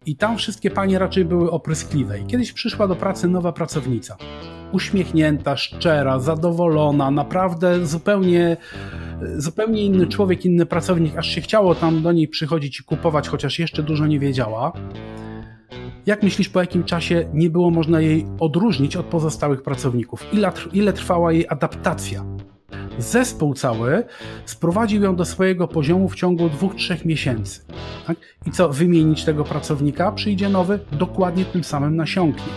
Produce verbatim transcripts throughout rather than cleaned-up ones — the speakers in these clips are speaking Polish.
I tam wszystkie panie raczej były opryskliwe. I kiedyś przyszła do pracy nowa pracownica. Uśmiechnięta, szczera, zadowolona, naprawdę zupełnie, zupełnie inny człowiek, inny pracownik, aż się chciało tam do niej przychodzić i kupować, chociaż jeszcze dużo nie wiedziała. Jak myślisz, po jakim czasie nie było można jej odróżnić od pozostałych pracowników? Ile, ile trwała jej adaptacja? Zespół cały sprowadził ją do swojego poziomu w ciągu dwóch, trzech miesięcy. Tak? I co, wymienić tego pracownika? Przyjdzie nowy, dokładnie tym samym nasiąknie.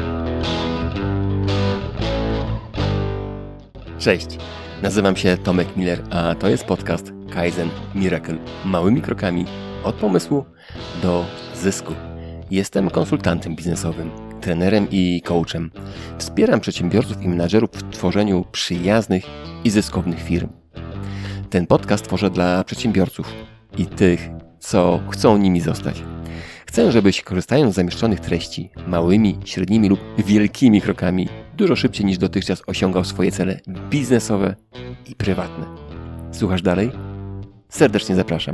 Cześć, nazywam się Tomek Miller, a to jest podcast Kaizen Miracle. Małymi krokami od pomysłu do zysku. Jestem konsultantem biznesowym, trenerem i coachem. Wspieram przedsiębiorców i menadżerów w tworzeniu przyjaznych i zyskownych firm. Ten podcast tworzę dla przedsiębiorców i tych, co chcą nimi zostać. Chcę, żebyś korzystając z zamieszczonych treści małymi, średnimi lub wielkimi krokami dużo szybciej niż dotychczas osiągał swoje cele biznesowe i prywatne. Słuchasz dalej? Serdecznie zapraszam.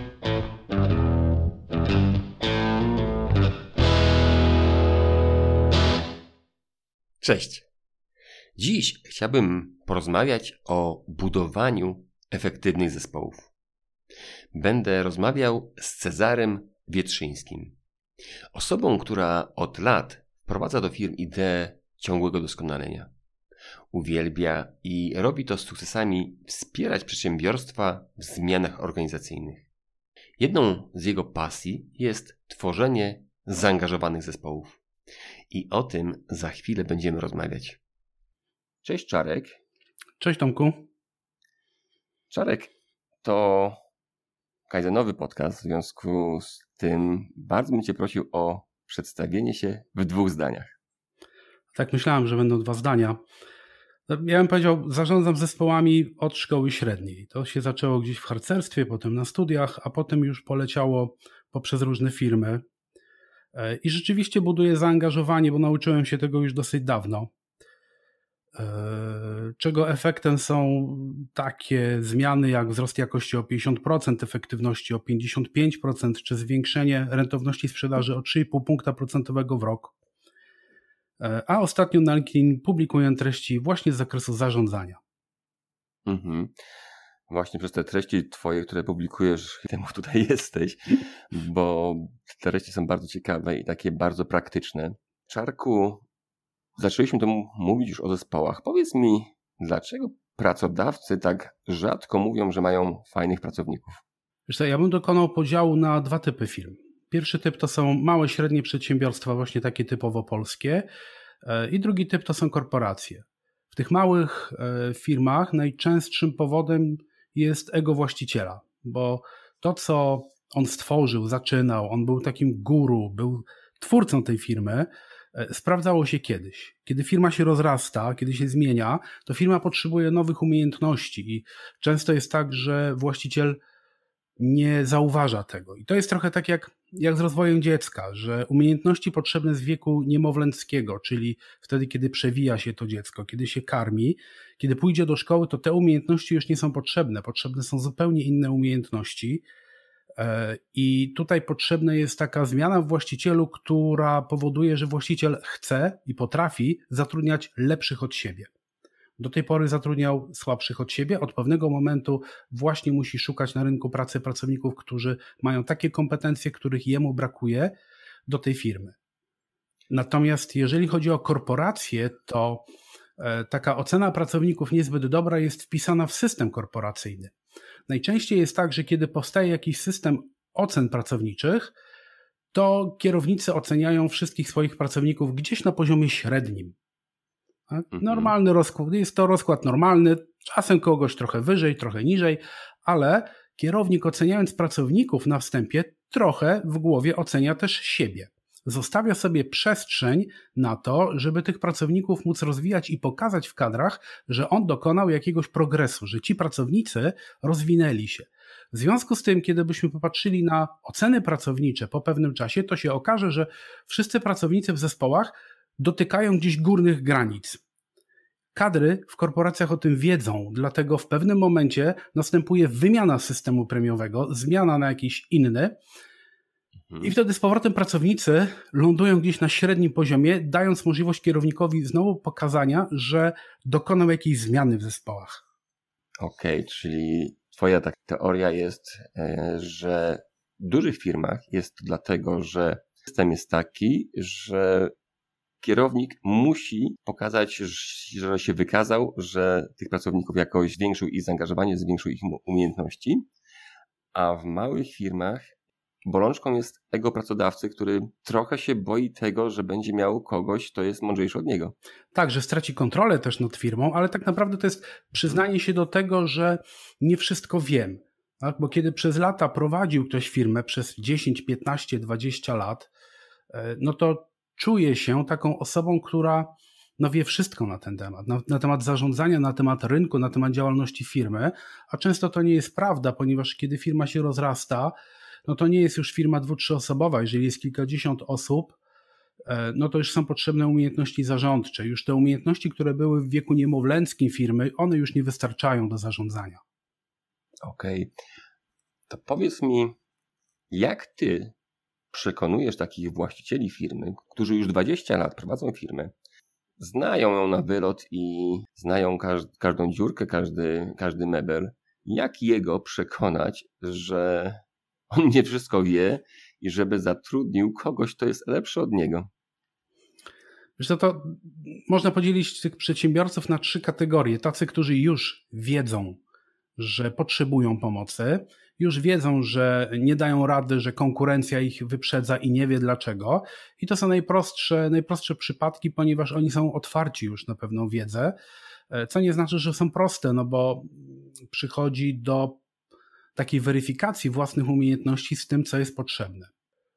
Cześć. Dziś chciałbym porozmawiać o budowaniu efektywnych zespołów. Będę rozmawiał z Cezarym Wietrzyńskim, osobą, która od lat wprowadza do firm ideę ciągłego doskonalenia. Uwielbia i robi to z sukcesami wspierać przedsiębiorstwa w zmianach organizacyjnych. Jedną z jego pasji jest tworzenie zaangażowanych zespołów. I o tym za chwilę będziemy rozmawiać. Cześć Czarek. Cześć Tomku. Czarek, to kaizenowy podcast, w związku z tym bardzo bym Cię prosił o przedstawienie się w dwóch zdaniach. Tak myślałem, że będą dwa zdania. Ja bym powiedział, zarządzam zespołami od szkoły średniej. To się zaczęło gdzieś w harcerstwie, potem na studiach, a potem już poleciało poprzez różne firmy. I rzeczywiście buduję zaangażowanie, bo nauczyłem się tego już dosyć dawno. Czego efektem są takie zmiany jak wzrost jakości o pięćdziesiąt procent, efektywności o pięćdziesiąt pięć procent, czy zwiększenie rentowności sprzedaży o trzy i pół punkta procentowego w rok. A ostatnio na LinkedIn publikuję treści właśnie z zakresu zarządzania. Mhm. Właśnie przez te treści Twoje, które publikujesz, temu tutaj jesteś, bo te treści są bardzo ciekawe i takie bardzo praktyczne. Czarku, zaczęliśmy to mówić już o zespołach. Powiedz mi, dlaczego pracodawcy tak rzadko mówią, że mają fajnych pracowników? Wiesz co, ja bym dokonał podziału na dwa typy firm. Pierwszy typ to są małe, średnie przedsiębiorstwa, właśnie takie typowo polskie, i drugi typ to są korporacje. W tych małych firmach najczęstszym powodem jest ego właściciela, bo to, co on stworzył, zaczynał, on był takim guru, był twórcą tej firmy, sprawdzało się kiedyś. Kiedy firma się rozrasta, kiedy się zmienia, to firma potrzebuje nowych umiejętności i często jest tak, że właściciel nie zauważa tego. I to jest trochę tak jak, jak z rozwojem dziecka, że umiejętności potrzebne z wieku niemowlęckiego, czyli wtedy, kiedy przewija się to dziecko, kiedy się karmi, kiedy pójdzie do szkoły, to te umiejętności już nie są potrzebne. Potrzebne są zupełnie inne umiejętności. I tutaj potrzebna jest taka zmiana w właścicielu, która powoduje, że właściciel chce i potrafi zatrudniać lepszych od siebie. Do tej pory zatrudniał słabszych od siebie, od pewnego momentu właśnie musi szukać na rynku pracy pracowników, którzy mają takie kompetencje, których jemu brakuje do tej firmy. Natomiast jeżeli chodzi o korporacje, to taka ocena pracowników niezbyt dobra jest wpisana w system korporacyjny. Najczęściej jest tak, że kiedy powstaje jakiś system ocen pracowniczych, to kierownicy oceniają wszystkich swoich pracowników gdzieś na poziomie średnim. Tak? Normalny rozkład, jest to rozkład normalny, czasem kogoś trochę wyżej, trochę niżej, ale kierownik oceniając pracowników na wstępie trochę w głowie ocenia też siebie. Zostawia sobie przestrzeń na to, żeby tych pracowników móc rozwijać i pokazać w kadrach, że on dokonał jakiegoś progresu, że ci pracownicy rozwinęli się. W związku z tym, kiedy byśmy popatrzyli na oceny pracownicze po pewnym czasie, to się okaże, że wszyscy pracownicy w zespołach dotykają gdzieś górnych granic. Kadry w korporacjach o tym wiedzą, dlatego w pewnym momencie następuje wymiana systemu premiowego, zmiana na jakiś inny I wtedy z powrotem pracownicy lądują gdzieś na średnim poziomie, dając możliwość kierownikowi znowu pokazania, że dokonał jakiejś zmiany w zespołach. Okej, okay, czyli twoja tak teoria jest, że w dużych firmach jest to dlatego, że system jest taki, że kierownik musi pokazać, że się wykazał, że tych pracowników jakoś zwiększył ich zaangażowanie, zwiększył ich umiejętności, a w małych firmach bolączką jest ego pracodawcy, który trochę się boi tego, że będzie miał kogoś, kto jest mądrzejszy od niego. Tak, że straci kontrolę też nad firmą, ale tak naprawdę to jest przyznanie się do tego, że nie wszystko wiem. Tak? Bo kiedy przez lata prowadził ktoś firmę, przez dziesięć, piętnaście, dwadzieścia lat, no to czuje się taką osobą, która no wie wszystko na ten temat, na, na temat zarządzania, na temat rynku, na temat działalności firmy, a często to nie jest prawda, ponieważ kiedy firma się rozrasta, no to nie jest już firma dwu-, trzyosobowa. Jeżeli jest kilkadziesiąt osób, no to już są potrzebne umiejętności zarządcze. Już te umiejętności, które były w wieku niemowlęckim firmy, one już nie wystarczają do zarządzania. Okej. Okay. To powiedz mi, jak ty przekonujesz takich właścicieli firmy, którzy już dwadzieścia lat prowadzą firmę, znają ją na wylot i znają każ- każdą dziurkę, każdy, każdy mebel, jak jego przekonać, że on nie wszystko wie i żeby zatrudnił kogoś, kto jest lepszy od niego? Wiesz co, to można podzielić tych przedsiębiorców na trzy kategorie. Tacy, którzy już wiedzą, że potrzebują pomocy, już wiedzą, że nie dają rady, że konkurencja ich wyprzedza i nie wie dlaczego. I to są najprostsze, najprostsze przypadki, ponieważ oni są otwarci już na pewną wiedzę, co nie znaczy, że są proste, no bo przychodzi do takiej weryfikacji własnych umiejętności z tym, co jest potrzebne.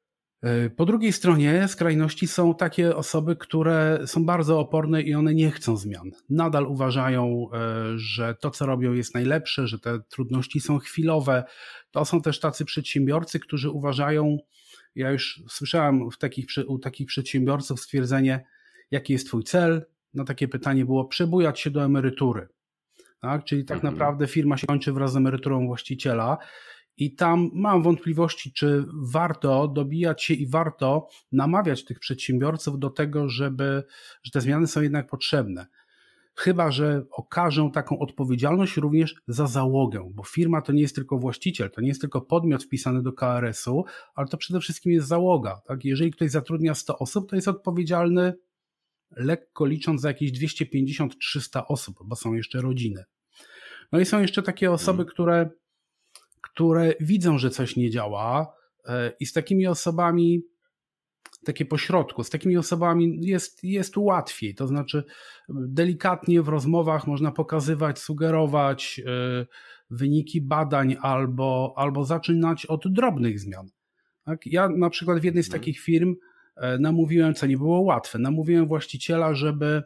Po drugiej stronie skrajności są takie osoby, które są bardzo oporne i one nie chcą zmian. Nadal uważają, że to, co robią, jest najlepsze, że te trudności są chwilowe. To są też tacy przedsiębiorcy, którzy uważają, ja już słyszałem w takich, u takich przedsiębiorców stwierdzenie, jaki jest twój cel? No takie pytanie było, przebujać się do emerytury. Tak? Czyli tak mhm. naprawdę firma się kończy wraz z emeryturą właściciela. I tam mam wątpliwości, czy warto dobijać się i warto namawiać tych przedsiębiorców do tego, żeby, że te zmiany są jednak potrzebne. Chyba że okażą taką odpowiedzialność również za załogę, bo firma to nie jest tylko właściciel, to nie jest tylko podmiot wpisany do K R S-u, ale to przede wszystkim jest załoga. Tak? Jeżeli ktoś zatrudnia sto osób, to jest odpowiedzialny lekko licząc za jakieś dwieście pięćdziesiąt do trzystu osób, bo są jeszcze rodziny. No i są jeszcze takie osoby, które które widzą, że coś nie działa i z takimi osobami, takie pośrodku, z takimi osobami jest, jest łatwiej, to znaczy delikatnie w rozmowach można pokazywać, sugerować wyniki badań albo, albo zaczynać od drobnych zmian. Tak? Ja na przykład w jednej z takich firm namówiłem, co nie było łatwe, namówiłem właściciela, żeby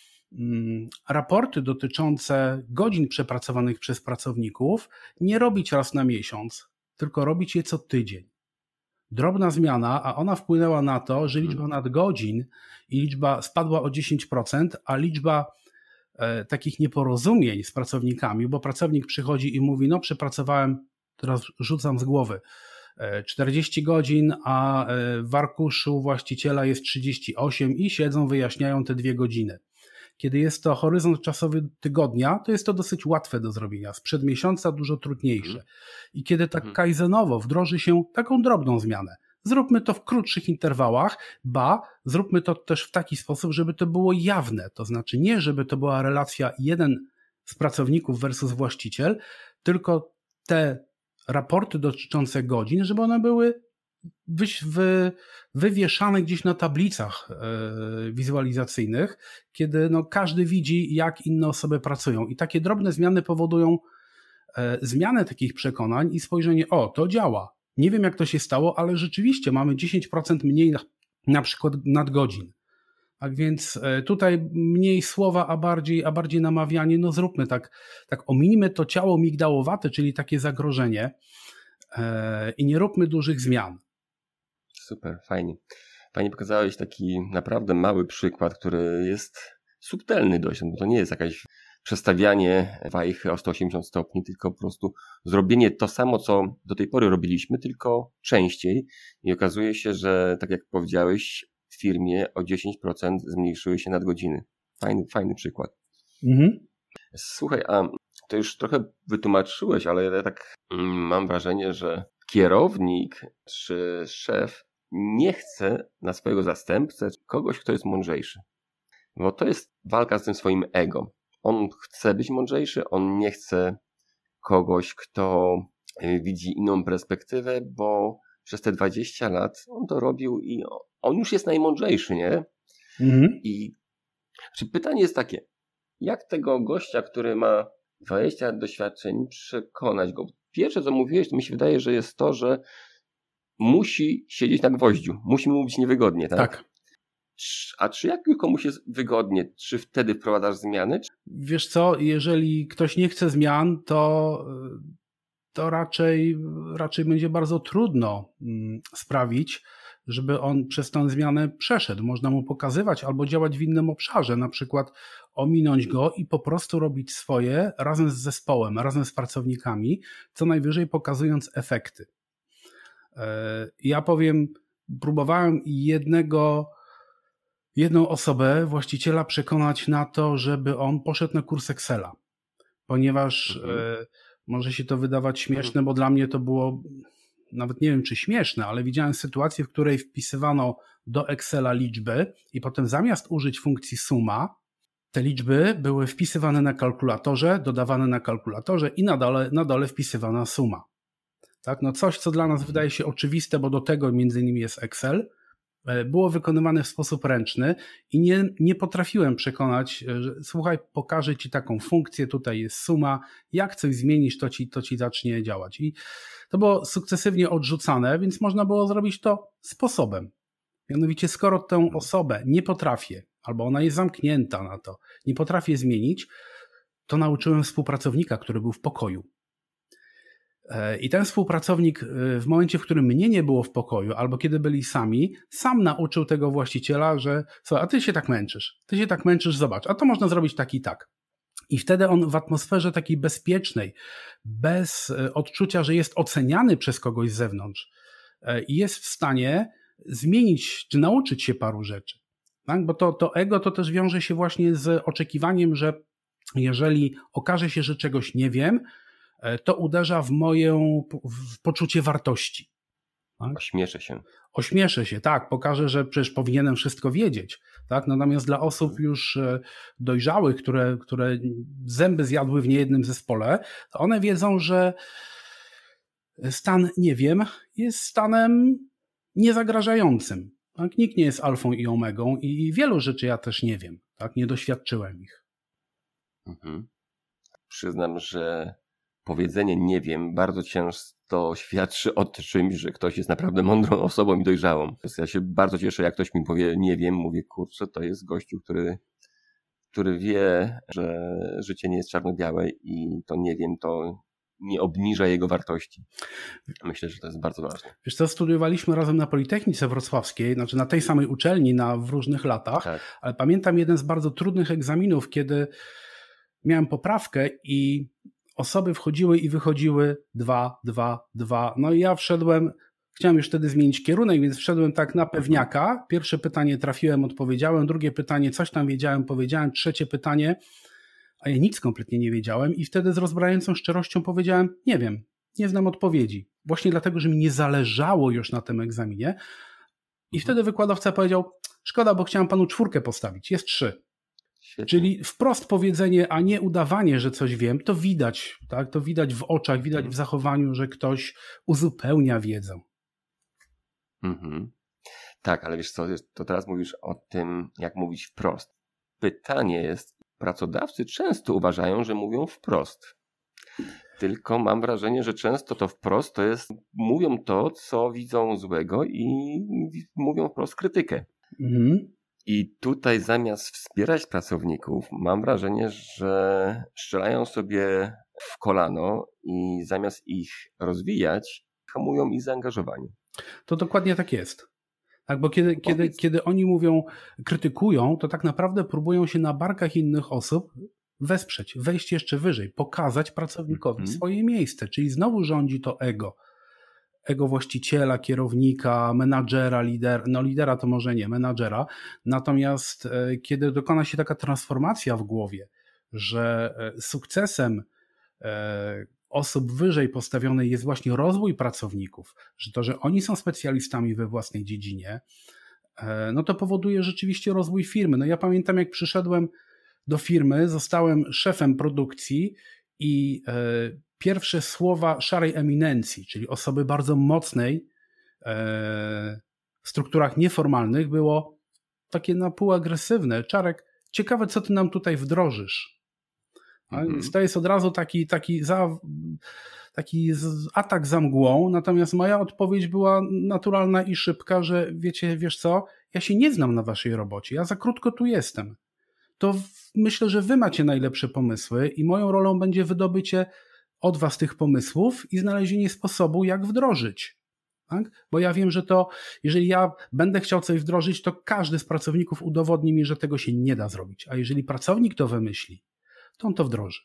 raporty dotyczące godzin przepracowanych przez pracowników nie robić raz na miesiąc, tylko robić je co tydzień. Drobna zmiana, a ona wpłynęła na to, że liczba nadgodzin i liczba spadła o dziesięć procent, a liczba e, takich nieporozumień z pracownikami, bo pracownik przychodzi i mówi, no przepracowałem, teraz rzucam z głowy, e, czterdzieści godzin, a e, w arkuszu właściciela jest trzydzieści osiem i siedzą, wyjaśniają te dwie godziny. Kiedy jest to horyzont czasowy tygodnia, to jest to dosyć łatwe do zrobienia. Sprzed miesiąca dużo trudniejsze. I kiedy tak kaizenowo wdroży się taką drobną zmianę, zróbmy to w krótszych interwałach, ba, zróbmy to też w taki sposób, żeby to było jawne. To znaczy nie, żeby to była relacja jeden z pracowników versus właściciel, tylko te raporty dotyczące godzin, żeby one były Wy, wywieszane gdzieś na tablicach yy, wizualizacyjnych, kiedy no, każdy widzi, jak inne osoby pracują. I takie drobne zmiany powodują yy, zmianę takich przekonań i spojrzenie, o, to działa. Nie wiem, jak to się stało, ale rzeczywiście mamy dziesięć procent mniej na, na przykład nadgodzin. Tak więc yy, tutaj mniej słowa, a bardziej, a bardziej namawianie, no zróbmy tak, tak ominijmy to ciało migdałowate, czyli takie zagrożenie yy, i nie róbmy dużych zmian. Super, fajnie. Fajnie pokazałeś taki naprawdę mały przykład, który jest subtelny dość, bo to nie jest jakaś przestawianie wajchy o sto osiemdziesiąt stopni, tylko po prostu zrobienie to samo, co do tej pory robiliśmy, tylko częściej i okazuje się, że tak jak powiedziałeś, w firmie o dziesięć procent zmniejszyły się nadgodziny. Fajny, fajny przykład. Mhm. Słuchaj, a to już trochę wytłumaczyłeś, ale ja tak mam wrażenie, że kierownik czy szef nie chce na swojego zastępcę kogoś, kto jest mądrzejszy. Bo to jest walka z tym swoim ego. On chce być mądrzejszy, on nie chce kogoś, kto widzi inną perspektywę, bo przez te dwadzieścia lat on to robił i on już jest najmądrzejszy, nie? Mhm. I czy pytanie jest takie, jak tego gościa, który ma dwadzieścia lat doświadczeń, przekonać go? Pierwsze, co mówiłeś, to mi się wydaje, że jest to, że musi siedzieć na gwoździu. Musi mu być niewygodnie, tak? Tak. A czy jak komuś jest wygodnie, czy wtedy wprowadzasz zmiany? Wiesz co, jeżeli ktoś nie chce zmian, to, to raczej, raczej będzie bardzo trudno sprawić, żeby on przez tę zmianę przeszedł. Można mu pokazywać albo działać w innym obszarze, na przykład ominąć go i po prostu robić swoje razem z zespołem, razem z pracownikami, co najwyżej pokazując efekty. Ja powiem, próbowałem jednego, jedną osobę, właściciela przekonać na to, żeby on poszedł na kurs Excela, ponieważ mhm. e, może się to wydawać śmieszne, bo dla mnie to było, nawet nie wiem czy śmieszne, ale widziałem sytuację, w której wpisywano do Excela liczby i potem zamiast użyć funkcji suma, te liczby były wpisywane na kalkulatorze, dodawane na kalkulatorze i na dole, na dole wpisywana suma. Tak, no coś, co dla nas wydaje się oczywiste, bo do tego między innymi jest Excel, było wykonywane w sposób ręczny i nie, nie potrafiłem przekonać, że słuchaj, pokażę ci taką funkcję, tutaj jest suma, jak coś zmienisz, to ci, to ci zacznie działać. I to było sukcesywnie odrzucane, więc można było zrobić to sposobem. Mianowicie, skoro tę osobę nie potrafię, albo ona jest zamknięta na to, nie potrafię zmienić, to nauczyłem współpracownika, który był w pokoju. I ten współpracownik w momencie, w którym mnie nie było w pokoju, albo kiedy byli sami, sam nauczył tego właściciela, że słuchaj, a ty się tak męczysz, ty się tak męczysz, zobacz, a to można zrobić tak i tak. I wtedy on w atmosferze takiej bezpiecznej, bez odczucia, że jest oceniany przez kogoś z zewnątrz, jest w stanie zmienić, czy nauczyć się paru rzeczy. Tak? Bo to, to ego to też wiąże się właśnie z oczekiwaniem, że jeżeli okaże się, że czegoś nie wiem, to uderza w moje w poczucie wartości. Tak? Ośmieszę się. Ośmieszę się, tak. Pokażę, że przecież powinienem wszystko wiedzieć. Tak? Natomiast dla osób już dojrzałych, które, które zęby zjadły w niejednym zespole, to one wiedzą, że stan nie wiem jest stanem niezagrażającym. Tak? Nikt nie jest alfą i omegą i wielu rzeczy ja też nie wiem. Tak? Nie doświadczyłem ich. Mhm. Przyznam, że powiedzenie nie wiem bardzo często świadczy o czymś, że ktoś jest naprawdę mądrą osobą i dojrzałą. Ja się bardzo cieszę, jak ktoś mi powie nie wiem, mówię kurczę, to jest gościu, który, który wie, że życie nie jest czarno-białe i to nie wiem, to nie obniża jego wartości. Myślę, że to jest bardzo ważne. Wiesz co, studiowaliśmy razem na Politechnice Wrocławskiej, znaczy na tej samej uczelni na, w różnych latach, tak. Ale pamiętam jeden z bardzo trudnych egzaminów, kiedy miałem poprawkę i osoby wchodziły i wychodziły dwa, dwa, dwa. No i ja wszedłem, chciałem już wtedy zmienić kierunek, więc wszedłem tak na pewniaka. Pierwsze pytanie trafiłem, odpowiedziałem. Drugie pytanie, coś tam wiedziałem, powiedziałem. Trzecie pytanie, a ja nic kompletnie nie wiedziałem i wtedy z rozbrajającą szczerością powiedziałem, nie wiem, nie znam odpowiedzi. Właśnie dlatego, że mi nie zależało już na tym egzaminie. I wtedy wykładowca powiedział, szkoda, bo chciałem panu czwórkę postawić, jest trzy. Świetnie. Czyli wprost powiedzenie, a nie udawanie, że coś wiem, to widać, tak? To widać w oczach, widać w zachowaniu, że ktoś uzupełnia wiedzę. Mhm. Tak, ale wiesz co, to teraz mówisz o tym, jak mówić wprost. Pytanie jest, pracodawcy często uważają, że mówią wprost. Tylko mam wrażenie, że często to wprost to jest, mówią to, co widzą złego i mówią wprost krytykę. Mhm. I tutaj zamiast wspierać pracowników, mam wrażenie, że strzelają sobie w kolano i zamiast ich rozwijać, hamują ich zaangażowanie. To dokładnie tak jest. Tak, bo kiedy, kiedy, kiedy oni mówią, krytykują, to tak naprawdę próbują się na barkach innych osób wesprzeć, wejść jeszcze wyżej, pokazać pracownikowi Mhm. swoje miejsce, czyli znowu rządzi to ego. Ego właściciela, kierownika, menadżera, lidera, no lidera to może nie, menadżera. Natomiast e, kiedy dokona się taka transformacja w głowie, że e, sukcesem e, osób wyżej postawionej jest właśnie rozwój pracowników, że to, że oni są specjalistami we własnej dziedzinie, e, no to powoduje rzeczywiście rozwój firmy. No ja pamiętam, jak przyszedłem do firmy, zostałem szefem produkcji i e, pierwsze słowa szarej eminencji, czyli osoby bardzo mocnej e, w strukturach nieformalnych, było takie na pół agresywne. Czarek, ciekawe, co ty nam tutaj wdrożysz. Mhm. Więc to jest od razu taki, taki, za, taki atak za mgłą, natomiast moja odpowiedź była naturalna i szybka, że wiecie, wiesz co, ja się nie znam na waszej robocie, ja za krótko tu jestem. To myślę, że wy macie najlepsze pomysły i moją rolą będzie wydobycie od was tych pomysłów i znalezienie sposobu, jak wdrożyć. Tak? Bo ja wiem, że to, jeżeli ja będę chciał coś wdrożyć, to każdy z pracowników udowodni mi, że tego się nie da zrobić. A jeżeli pracownik to wymyśli, to on to wdroży.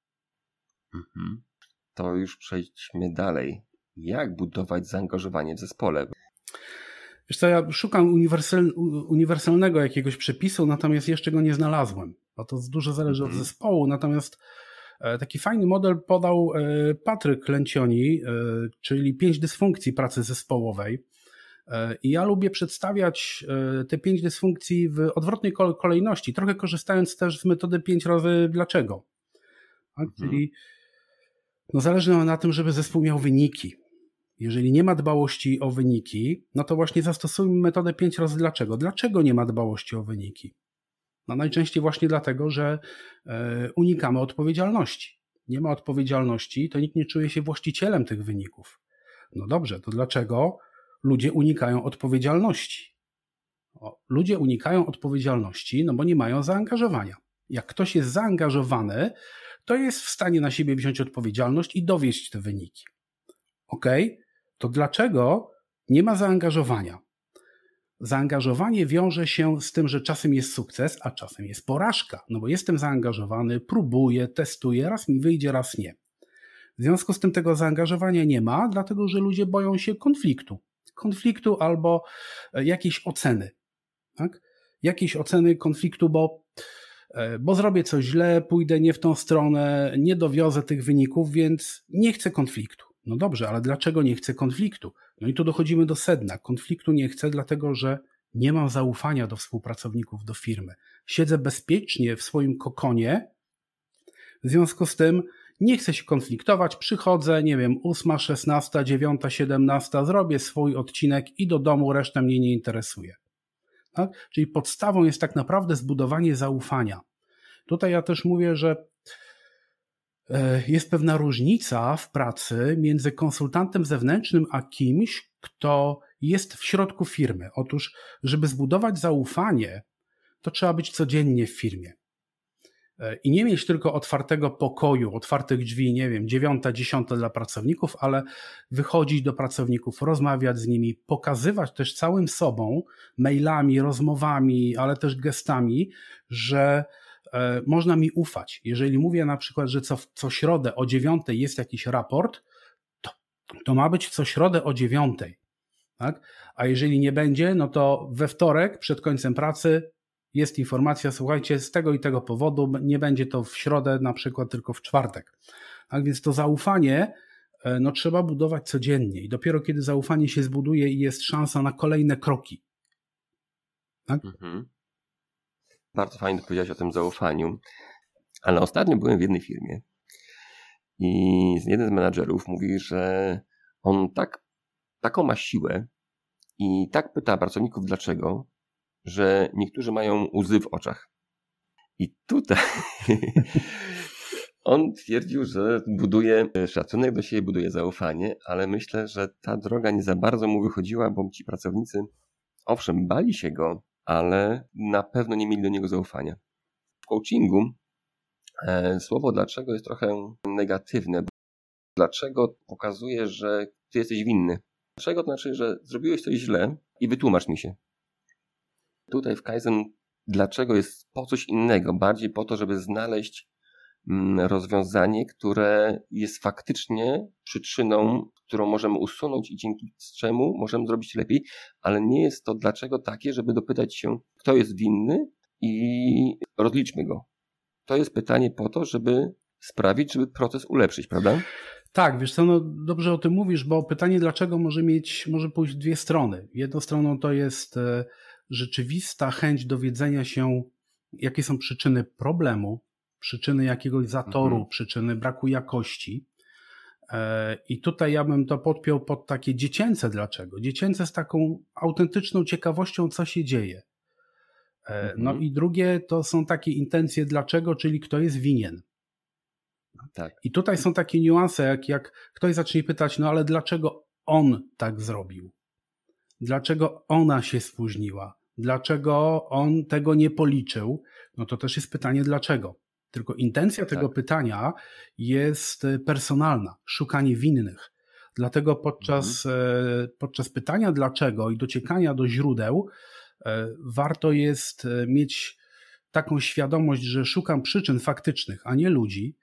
Mhm. To już przejdźmy dalej. Jak budować zaangażowanie w zespole? Wiesz co, ja szukam uniwersal, uniwersalnego jakiegoś przepisu, natomiast jeszcze go nie znalazłem, bo to dużo zależy mm. od zespołu, natomiast taki fajny model podał Patryk Lencioni, czyli pięć dysfunkcji pracy zespołowej. I ja lubię przedstawiać te pięć dysfunkcji w odwrotnej kolejności, trochę korzystając też z metody pięć razy dlaczego. Tak? Mm. Czyli no zależy nam na tym, żeby zespół miał wyniki. Jeżeli nie ma dbałości o wyniki, no to właśnie zastosujmy metodę pięć razy dlaczego. Dlaczego nie ma dbałości o wyniki? No najczęściej właśnie dlatego, że unikamy odpowiedzialności. Nie ma odpowiedzialności, to nikt nie czuje się właścicielem tych wyników. No dobrze, to dlaczego ludzie unikają odpowiedzialności? O, ludzie unikają odpowiedzialności, no bo nie mają zaangażowania. Jak ktoś jest zaangażowany, to jest w stanie na siebie wziąć odpowiedzialność i dowieść te wyniki. Okej, okay, to dlaczego nie ma zaangażowania? Zaangażowanie wiąże się z tym, że czasem jest sukces, a czasem jest porażka. No bo jestem zaangażowany, próbuję, testuję, raz mi wyjdzie, raz nie. W związku z tym tego zaangażowania nie ma, dlatego że ludzie boją się konfliktu. Konfliktu albo jakiejś oceny. Tak? Jakiejś oceny konfliktu, bo, bo zrobię coś źle, pójdę nie w tą stronę, nie dowiozę tych wyników, więc nie chcę konfliktu. No dobrze, ale dlaczego nie chcę konfliktu? No i tu dochodzimy do sedna. Konfliktu nie chcę, dlatego że nie mam zaufania do współpracowników, do firmy. Siedzę bezpiecznie w swoim kokonie, w związku z tym nie chcę się konfliktować, przychodzę, nie wiem, ósma, szesnasta, dziewiąta, siedemnasta, zrobię swój odcinek i do domu, reszta mnie nie interesuje. Tak? Czyli podstawą jest tak naprawdę zbudowanie zaufania. Tutaj ja też mówię, że jest pewna różnica w pracy między konsultantem zewnętrznym a kimś, kto jest w środku firmy. Otóż, żeby zbudować zaufanie, to trzeba być codziennie w firmie. I nie mieć tylko otwartego pokoju, otwartych drzwi, nie wiem, dziewiąta, dziesiąta dla pracowników, ale wychodzić do pracowników, rozmawiać z nimi, pokazywać też całym sobą, mailami, rozmowami, ale też gestami, że można mi ufać. Jeżeli mówię na przykład, że co, co środę o dziewiątej jest jakiś raport, to, to ma być co środę o dziewiątej. Tak? A jeżeli nie będzie, no to we wtorek przed końcem pracy jest informacja, słuchajcie, z tego i tego powodu nie będzie to w środę na przykład, tylko w czwartek. Tak więc to zaufanie no, trzeba budować codziennie i dopiero kiedy zaufanie się zbuduje i jest szansa na kolejne kroki. Tak? Mhm. Bardzo fajnie powiedziałeś o tym zaufaniu, ale ostatnio byłem w jednej firmie i jeden z menadżerów mówi, że on tak, taką ma siłę i tak pyta pracowników dlaczego, że niektórzy mają łzy w oczach. I tutaj on twierdził, że buduje szacunek do siebie, buduje zaufanie, ale myślę, że ta droga nie za bardzo mu wychodziła, bo ci pracownicy owszem bali się go, ale na pewno nie mieli do niego zaufania. W coachingu e, słowo dlaczego jest trochę negatywne. Dlaczego pokazuje, że ty jesteś winny. Dlaczego to znaczy, że zrobiłeś coś źle i wytłumacz mi się. Tutaj w Kaizen dlaczego jest po coś innego, bardziej po to, żeby znaleźć rozwiązanie, które jest faktycznie przyczyną, którą możemy usunąć i dzięki czemu możemy zrobić lepiej, ale nie jest to dlaczego takie, żeby dopytać się, kto jest winny i rozliczmy go. To jest pytanie po to, żeby sprawić, żeby proces ulepszyć, prawda? Tak, wiesz co, no dobrze o tym mówisz, bo pytanie dlaczego może mieć, może pójść w dwie strony. Jedną stroną to jest e, rzeczywista chęć dowiedzenia się, jakie są przyczyny problemu, przyczyny jakiegoś zatoru, mhm. przyczyny braku jakości. E, I tutaj ja bym to podpiął pod takie dziecięce dlaczego. Dziecięce z taką autentyczną ciekawością, co się dzieje. E, mhm. No i drugie to są takie intencje dlaczego, czyli kto jest winien. Tak. I tutaj są takie niuanse, jak, jak ktoś zacznie pytać, no ale dlaczego on tak zrobił? Dlaczego ona się spóźniła? Dlaczego on tego nie policzył? No to też jest pytanie dlaczego. Tylko intencja tego tak. pytania jest personalna, szukanie winnych. Dlatego podczas, mhm. podczas pytania dlaczego i dociekania do źródeł warto jest mieć taką świadomość, że szukam przyczyn faktycznych, a nie ludzi.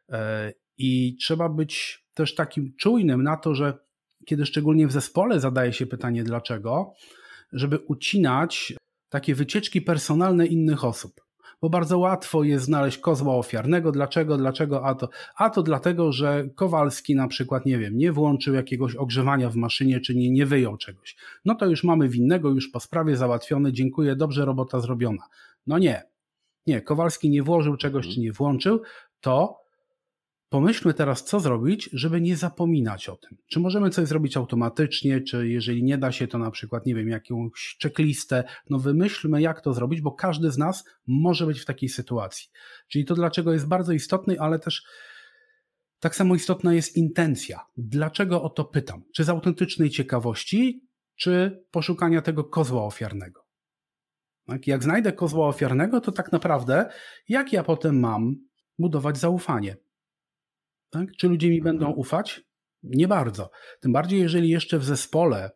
I trzeba być też takim czujnym na to, że kiedy szczególnie w zespole zadaje się pytanie dlaczego, żeby ucinać takie wycieczki personalne innych osób. Bo bardzo łatwo jest znaleźć kozła ofiarnego. Dlaczego? Dlaczego? A to, a to dlatego, że Kowalski na przykład, nie wiem, nie włączył jakiegoś ogrzewania w maszynie, czy nie, nie wyjął czegoś. No to już mamy winnego, już po sprawie załatwione, dziękuję, dobrze, robota zrobiona. No nie. Nie, Kowalski nie włożył czegoś, hmm. czy nie włączył, to pomyślmy teraz, co zrobić, żeby nie zapominać o tym. Czy możemy coś zrobić automatycznie, czy jeżeli nie da się, to na przykład, nie wiem, jakąś checklistę. No wymyślmy, jak to zrobić, bo każdy z nas może być w takiej sytuacji. Czyli to dlaczego jest bardzo istotne, ale też tak samo istotna jest intencja. Dlaczego o to pytam? Czy z autentycznej ciekawości, czy poszukania tego kozła ofiarnego? Tak? Jak znajdę kozła ofiarnego, to tak naprawdę jak ja potem mam budować zaufanie? Tak? Czy ludzie mi będą ufać? Nie bardzo. Tym bardziej, jeżeli jeszcze w zespole,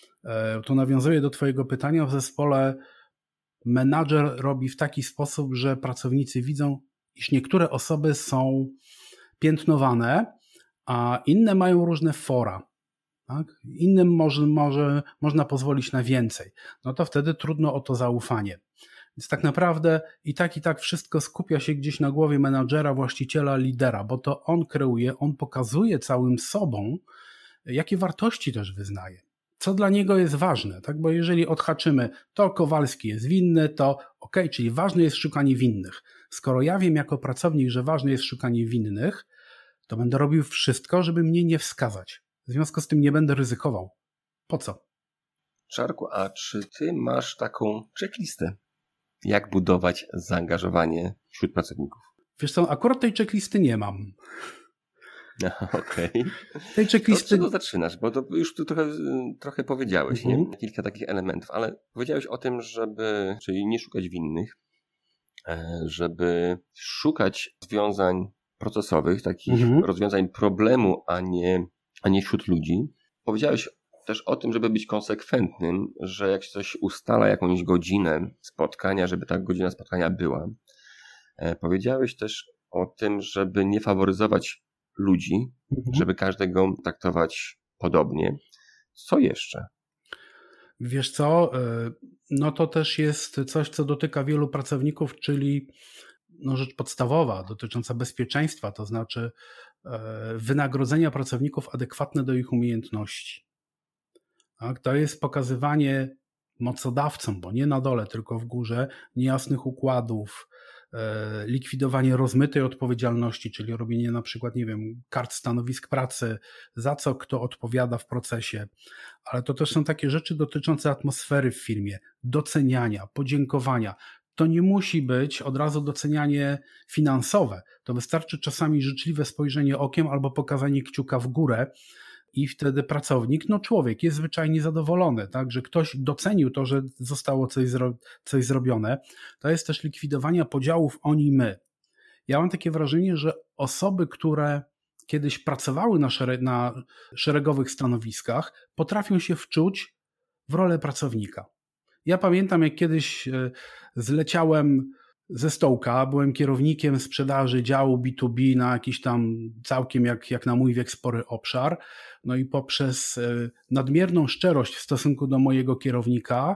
to nawiązuję do twojego pytania, w zespole menadżer robi w taki sposób, że pracownicy widzą, iż niektóre osoby są piętnowane, a inne mają różne fora. Tak? Innym może, może, można pozwolić na więcej. No to wtedy trudno o to zaufanie. Więc tak naprawdę i tak i tak wszystko skupia się gdzieś na głowie menadżera, właściciela, lidera, bo to on kreuje, on pokazuje całym sobą, jakie wartości też wyznaje. Co dla niego jest ważne, tak? Bo jeżeli odhaczymy, to Kowalski jest winny, to ok, czyli ważne jest szukanie winnych. Skoro ja wiem jako pracownik, że ważne jest szukanie winnych, to będę robił wszystko, żeby mnie nie wskazać. W związku z tym nie będę ryzykował. Po co? Czarku, a czy ty masz taką checklistę? Jak budować zaangażowanie wśród pracowników? Wiesz co, akurat tej checklisty nie mam. Okej. Okay. Tej checklisty... Od czego zaczynasz? Bo to już tu trochę, trochę powiedziałeś, mm-hmm. nie? Kilka takich elementów, ale powiedziałeś o tym, żeby, czyli nie szukać winnych, żeby szukać rozwiązań procesowych, takich mm-hmm. rozwiązań problemu, a nie, a nie wśród ludzi. Powiedziałeś też o tym, żeby być konsekwentnym, że jak się coś ustala, jakąś godzinę spotkania, żeby ta godzina spotkania była. E, powiedziałeś też o tym, żeby nie faworyzować ludzi, mhm. żeby każdego traktować podobnie. Co jeszcze? Wiesz co, no to też jest coś, co dotyka wielu pracowników, czyli no rzecz podstawowa dotycząca bezpieczeństwa, to znaczy wynagrodzenia pracowników adekwatne do ich umiejętności. Tak, to jest pokazywanie mocodawcom, bo nie na dole, tylko w górze, niejasnych układów, e, likwidowanie rozmytej odpowiedzialności, czyli robienie na przykład, nie wiem, kart stanowisk pracy, za co kto odpowiada w procesie, ale to też są takie rzeczy dotyczące atmosfery w firmie, doceniania, podziękowania. To nie musi być od razu docenianie finansowe, to wystarczy czasami życzliwe spojrzenie okiem albo pokazanie kciuka w górę, i wtedy pracownik, no człowiek jest zwyczajnie zadowolony, tak, że ktoś docenił to, że zostało coś, zro- coś zrobione. To jest też likwidowanie podziałów oni-my. Ja mam takie wrażenie, że osoby, które kiedyś pracowały na, szere- na szeregowych stanowiskach, potrafią się wczuć w rolę pracownika. Ja pamiętam, jak kiedyś zleciałem ze stołka, byłem kierownikiem sprzedaży działu B dwa B na jakiś tam całkiem jak, jak na mój wiek spory obszar. No i poprzez nadmierną szczerość w stosunku do mojego kierownika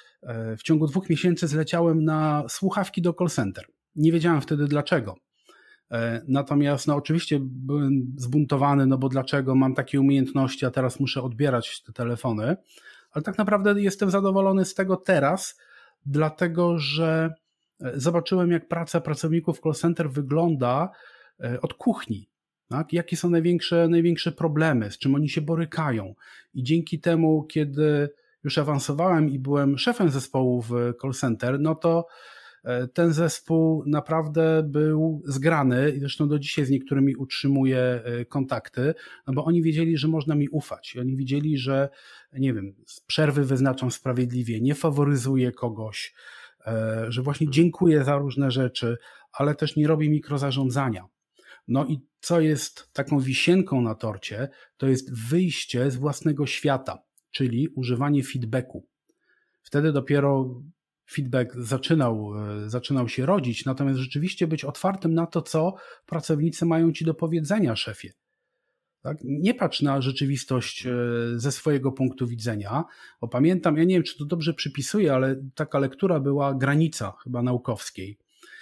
w ciągu dwóch miesięcy zleciałem na słuchawki do call center. Nie wiedziałem wtedy dlaczego. Natomiast no oczywiście byłem zbuntowany, no bo dlaczego mam takie umiejętności, a teraz muszę odbierać te telefony, ale tak naprawdę jestem zadowolony z tego teraz, dlatego że zobaczyłem, jak praca pracowników call center wygląda od kuchni, tak? Jakie są największe, największe problemy, z czym oni się borykają i dzięki temu, kiedy już awansowałem i byłem szefem zespołu w call center, no to ten zespół naprawdę był zgrany i zresztą do dzisiaj z niektórymi utrzymuję kontakty, no bo oni wiedzieli, że można mi ufać. Oni wiedzieli, że nie wiem, przerwy wyznaczam sprawiedliwie, nie faworyzuję kogoś, że właśnie dziękuję za różne rzeczy, ale też nie robię mikrozarządzania. No i co jest taką wisienką na torcie, to jest wyjście z własnego świata, czyli używanie feedbacku. Wtedy dopiero feedback zaczynał, zaczynał się rodzić, natomiast rzeczywiście być otwartym na to, co pracownicy mają ci do powiedzenia, szefie. Tak? Nie patrz na rzeczywistość ze swojego punktu widzenia, bo pamiętam, ja nie wiem, czy to dobrze przypisuję, ale taka lektura była Granica, chyba Naukowskiej,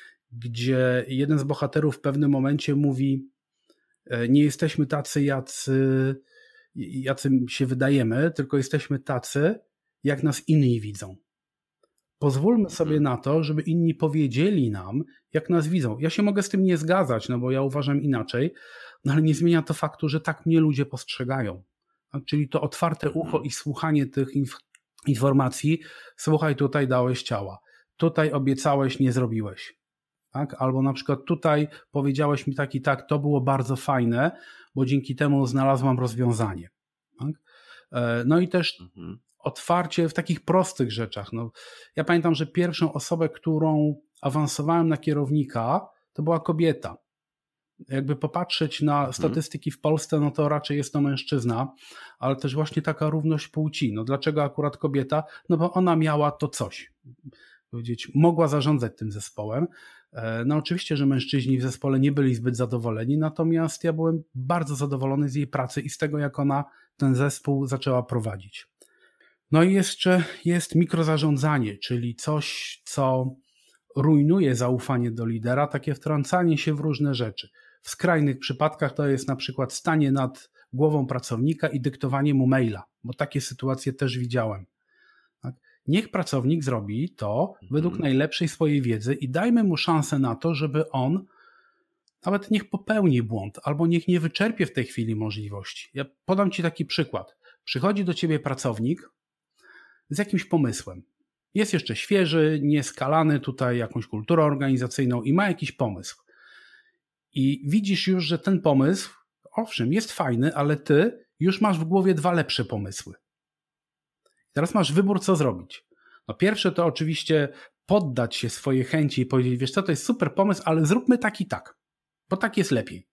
gdzie jeden z bohaterów w pewnym momencie mówi: nie jesteśmy tacy, jacy, jacy się wydajemy, tylko jesteśmy tacy, jak nas inni widzą. Pozwólmy sobie na to, żeby inni powiedzieli nam, jak nas widzą. Ja się mogę z tym nie zgadzać, no bo ja uważam inaczej, no ale nie zmienia to faktu, że tak mnie ludzie postrzegają. Tak? Czyli to otwarte ucho i słuchanie tych inf- informacji. Słuchaj, tutaj dałeś ciała, tutaj obiecałeś, nie zrobiłeś. Tak? Albo na przykład tutaj powiedziałeś mi tak i tak, to było bardzo fajne, bo dzięki temu znalazłam rozwiązanie. Tak? No i też mhm. otwarcie w takich prostych rzeczach. No, ja pamiętam, że pierwszą osobę, którą awansowałem na kierownika, to była kobieta. Jakby popatrzeć na statystyki w Polsce, no to raczej jest to mężczyzna, ale też właśnie taka równość płci. No dlaczego akurat kobieta? No bo ona miała to coś. Powiedzieć, mogła zarządzać tym zespołem. No oczywiście, że mężczyźni w zespole nie byli zbyt zadowoleni, natomiast ja byłem bardzo zadowolony z jej pracy i z tego, jak ona ten zespół zaczęła prowadzić. No i jeszcze jest mikrozarządzanie, czyli coś, co rujnuje zaufanie do lidera, takie wtrącanie się w różne rzeczy. W skrajnych przypadkach to jest na przykład stanie nad głową pracownika i dyktowanie mu maila, bo takie sytuacje też widziałem. Tak? Niech pracownik zrobi to według najlepszej swojej wiedzy i dajmy mu szansę na to, żeby on nawet niech popełni błąd, albo niech nie wyczerpie w tej chwili możliwości. Ja podam ci taki przykład. Przychodzi do ciebie pracownik z jakimś pomysłem. Jest jeszcze świeży, nieskalany tutaj jakąś kulturą organizacyjną i ma jakiś pomysł. I widzisz już, że ten pomysł, owszem, jest fajny, ale ty już masz w głowie dwa lepsze pomysły. Teraz masz wybór, co zrobić. No pierwsze to oczywiście poddać się swojej chęci i powiedzieć, wiesz co, to jest super pomysł, ale zróbmy tak i tak, bo tak jest lepiej.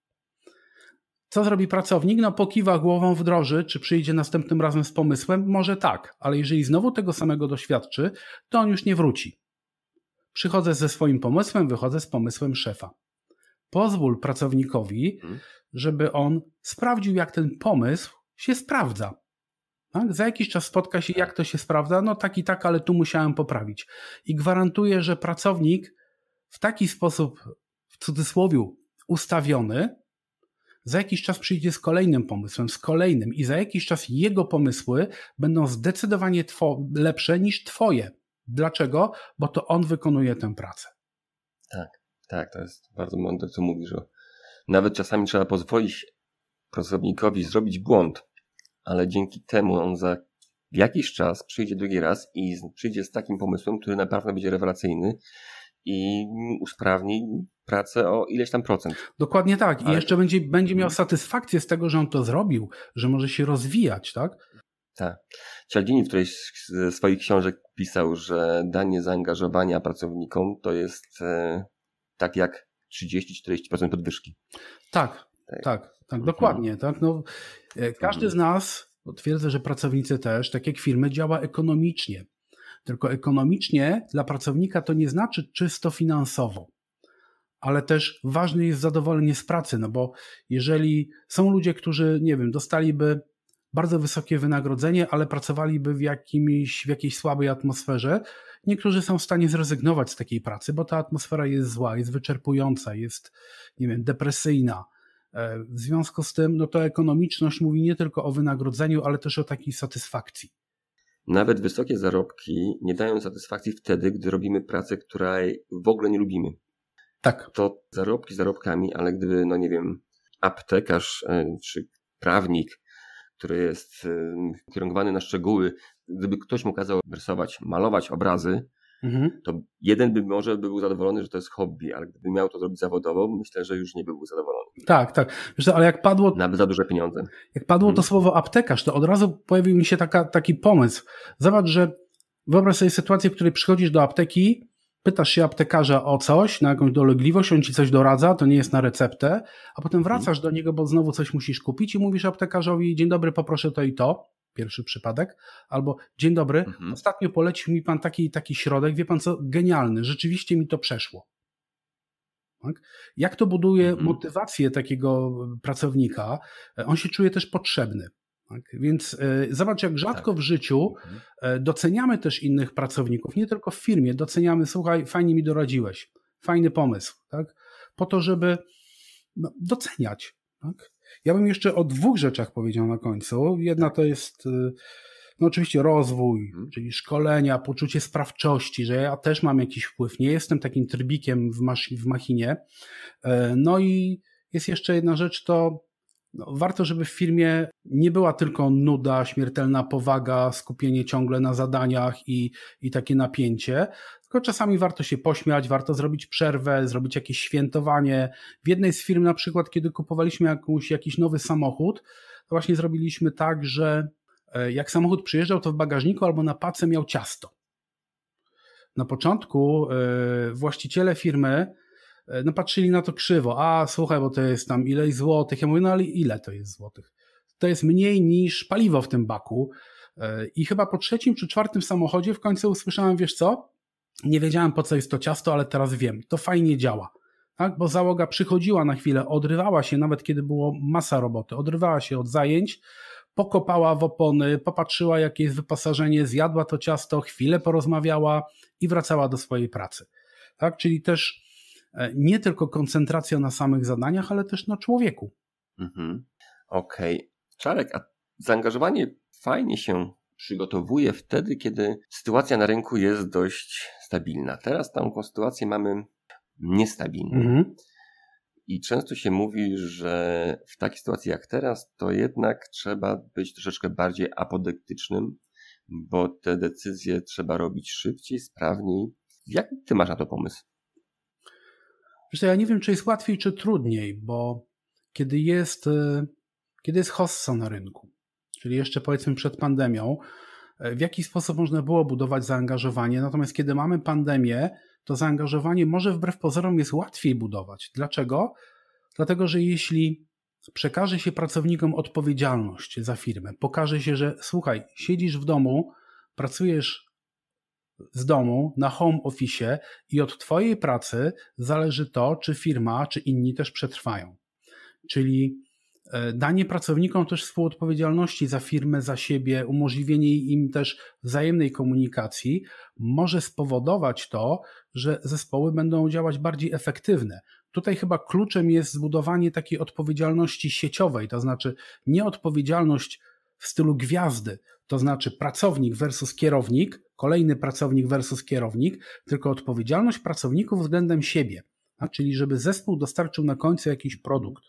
Co zrobi pracownik? No pokiwa głową, wdroży, czy przyjdzie następnym razem z pomysłem? Może tak, ale jeżeli znowu tego samego doświadczy, to on już nie wróci. Przychodzę ze swoim pomysłem, wychodzę z pomysłem szefa. Pozwól pracownikowi, żeby on sprawdził, jak ten pomysł się sprawdza. Tak? Za jakiś czas spotka się, jak to się sprawdza, no tak i tak, ale tu musiałem poprawić. I gwarantuję, że pracownik w taki sposób, w cudzysłowie, ustawiony, za jakiś czas przyjdzie z kolejnym pomysłem, z kolejnym i za jakiś czas jego pomysły będą zdecydowanie two- lepsze niż twoje. Dlaczego? Bo to on wykonuje tę pracę. Tak, tak, to jest bardzo mądre, co mówisz, że nawet czasami trzeba pozwolić pracownikowi zrobić błąd, ale dzięki temu on za jakiś czas przyjdzie drugi raz i przyjdzie z takim pomysłem, który naprawdę będzie rewelacyjny i usprawni pracę o ileś tam procent. Dokładnie tak. I ale... jeszcze będzie, będzie miał satysfakcję z tego, że on to zrobił, że może się rozwijać, tak? Tak. Cialdini w którejś z swoich książek pisał, że danie zaangażowania pracownikom to jest e, tak jak trzydzieści do czterdziestu procent podwyżki. Tak, tak, tak, tak dokładnie. Tak? No, każdy z nas, twierdzę, że pracownicy też, tak jak firmy, działa ekonomicznie. Tylko ekonomicznie dla pracownika to nie znaczy czysto finansowo, ale też ważne jest zadowolenie z pracy, no bo jeżeli są ludzie, którzy, nie wiem, dostaliby bardzo wysokie wynagrodzenie, ale pracowaliby w, jakimś, w jakiejś słabej atmosferze, niektórzy są w stanie zrezygnować z takiej pracy, bo ta atmosfera jest zła, jest wyczerpująca, jest, nie wiem, depresyjna. W związku z tym, no to ekonomiczność mówi nie tylko o wynagrodzeniu, ale też o takiej satysfakcji. Nawet wysokie zarobki nie dają satysfakcji wtedy, gdy robimy pracę, której w ogóle nie lubimy. Tak. To zarobki zarobkami, ale gdyby, no nie wiem, aptekarz czy prawnik, który jest ukierunkowany na szczegóły, gdyby ktoś mu kazał rysować, malować obrazy, mhm. to jeden by może był zadowolony, że to jest hobby, ale gdyby miał to zrobić zawodowo, myślę, że już nie byłby zadowolony. Tak, tak. Wiesz co, ale jak padło... Nawet za duże pieniądze. Jak padło hmm. to słowo aptekarz, to od razu pojawił mi się taka, taki pomysł. Zobacz, że wyobraź sobie sytuację, w której przychodzisz do apteki, pytasz się aptekarza o coś, na jakąś dolegliwość, on ci coś doradza, to nie jest na receptę, a potem wracasz do niego, bo znowu coś musisz kupić i mówisz aptekarzowi: dzień dobry, poproszę to i to, pierwszy przypadek, albo dzień dobry, mhm. ostatnio polecił mi pan taki taki środek, wie pan co, genialny, rzeczywiście mi to przeszło. Tak? Jak to buduje mhm. motywację takiego pracownika? On się czuje też potrzebny. Tak? Więc y, zobacz, jak rzadko tak. w życiu y, doceniamy też innych pracowników, nie tylko w firmie, doceniamy: słuchaj, fajnie mi doradziłeś, fajny pomysł, tak? Po to, żeby no, doceniać. Tak? Ja bym jeszcze o dwóch rzeczach powiedział na końcu. Jedna to jest y, no oczywiście rozwój, hmm. czyli szkolenia, poczucie sprawczości, że ja też mam jakiś wpływ, nie jestem takim trybikiem w, maszy, w machinie. Y, no i jest jeszcze jedna rzecz, to no, warto, żeby w firmie nie była tylko nuda, śmiertelna powaga, skupienie ciągle na zadaniach i, i takie napięcie, tylko czasami warto się pośmiać, warto zrobić przerwę, zrobić jakieś świętowanie. W jednej z firm na przykład, kiedy kupowaliśmy jakąś, jakiś nowy samochód, to właśnie zrobiliśmy tak, że jak samochód przyjeżdżał, to w bagażniku albo na pace miał ciasto. Na początku yy, właściciele firmy no patrzyli na to krzywo: a słuchaj, bo to jest tam ileś złotych. Ja mówię: no ale ile to jest złotych? To jest mniej niż paliwo w tym baku. I chyba po trzecim czy czwartym samochodzie w końcu usłyszałem: wiesz co, nie wiedziałem, po co jest to ciasto, ale teraz wiem, to fajnie działa. Tak? Bo załoga przychodziła na chwilę, odrywała się, nawet kiedy było masa roboty, odrywała się od zajęć, pokopała w opony, popatrzyła, jakie jest wyposażenie, zjadła to ciasto, chwilę porozmawiała i wracała do swojej pracy. Tak? Czyli też nie tylko koncentracja na samych zadaniach, ale też na człowieku. Mhm. Okej. Okay. Czarek, a zaangażowanie fajnie się przygotowuje wtedy, kiedy sytuacja na rynku jest dość stabilna. Teraz tą sytuację mamy niestabilną. Mhm. I często się mówi, że w takiej sytuacji jak teraz, to jednak trzeba być troszeczkę bardziej apodyktycznym, bo te decyzje trzeba robić szybciej, sprawniej. Jak ty masz na to pomysł? Wiesz co, ja nie wiem, czy jest łatwiej, czy trudniej, bo kiedy jest, kiedy jest hossa na rynku, czyli jeszcze powiedzmy przed pandemią, w jaki sposób można było budować zaangażowanie, natomiast kiedy mamy pandemię, to zaangażowanie może wbrew pozorom jest łatwiej budować. Dlaczego? Dlatego, że jeśli przekaże się pracownikom odpowiedzialność za firmę, pokaże się, że słuchaj, siedzisz w domu, pracujesz z domu na home office i od twojej pracy zależy to, czy firma, czy inni też przetrwają. Czyli danie pracownikom też współodpowiedzialności za firmę, za siebie, umożliwienie im też wzajemnej komunikacji może spowodować to, że zespoły będą działać bardziej efektywne. Tutaj chyba kluczem jest zbudowanie takiej odpowiedzialności sieciowej, to znaczy nie odpowiedzialność w stylu gwiazdy, to znaczy pracownik versus kierownik, kolejny pracownik versus kierownik, tylko odpowiedzialność pracowników względem siebie, a czyli żeby zespół dostarczył na końcu jakiś produkt.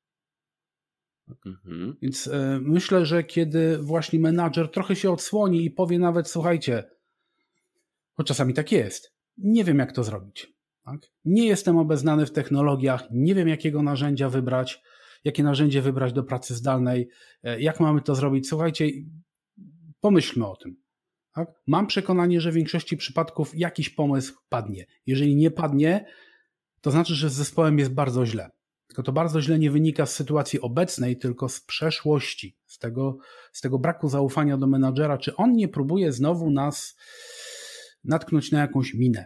Mhm. Więc y, myślę, że kiedy właśnie menadżer trochę się odsłoni i powie nawet: słuchajcie, bo czasami tak jest, nie wiem jak to zrobić. Tak? Nie jestem obeznany w technologiach, nie wiem jakiego narzędzia wybrać, jakie narzędzie wybrać do pracy zdalnej, jak mamy to zrobić. Słuchajcie, pomyślmy o tym. Tak? Mam przekonanie, że w większości przypadków jakiś pomysł padnie. Jeżeli nie padnie, to znaczy, że z zespołem jest bardzo źle. Tylko to bardzo źle nie wynika z sytuacji obecnej, tylko z przeszłości, z tego, z tego braku zaufania do menadżera. Czy on nie próbuje znowu nas natknąć na jakąś minę.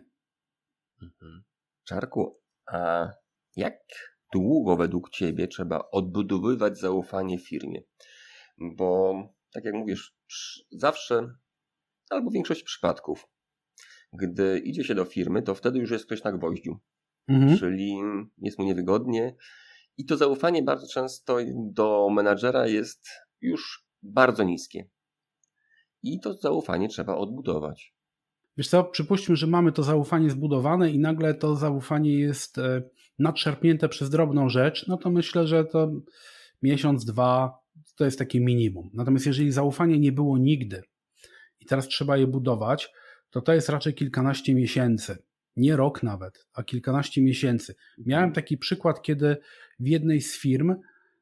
Czarku, a jak długo według Ciebie trzeba odbudowywać zaufanie w firmie? Bo tak jak mówisz, zawsze, albo większość przypadków, gdy idzie się do firmy, to wtedy już jest ktoś na gwoździu. Mhm. Czyli jest mu niewygodnie i to zaufanie bardzo często do menadżera jest już bardzo niskie. I to zaufanie trzeba odbudować. Wiesz co, przypuśćmy, że mamy to zaufanie zbudowane i nagle to zaufanie jest nadszarpnięte przez drobną rzecz, no to myślę, że to miesiąc, dwa to jest takie minimum. Natomiast jeżeli zaufanie nie było nigdy i teraz trzeba je budować, to to jest raczej kilkanaście miesięcy. Nie rok nawet, a kilkanaście miesięcy. Miałem taki przykład, kiedy w jednej z firm,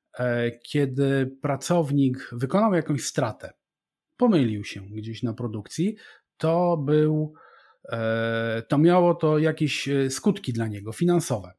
kiedy pracownik wykonał jakąś stratę, pomylił się gdzieś na produkcji, to był, to miało to jakieś skutki dla niego finansowe.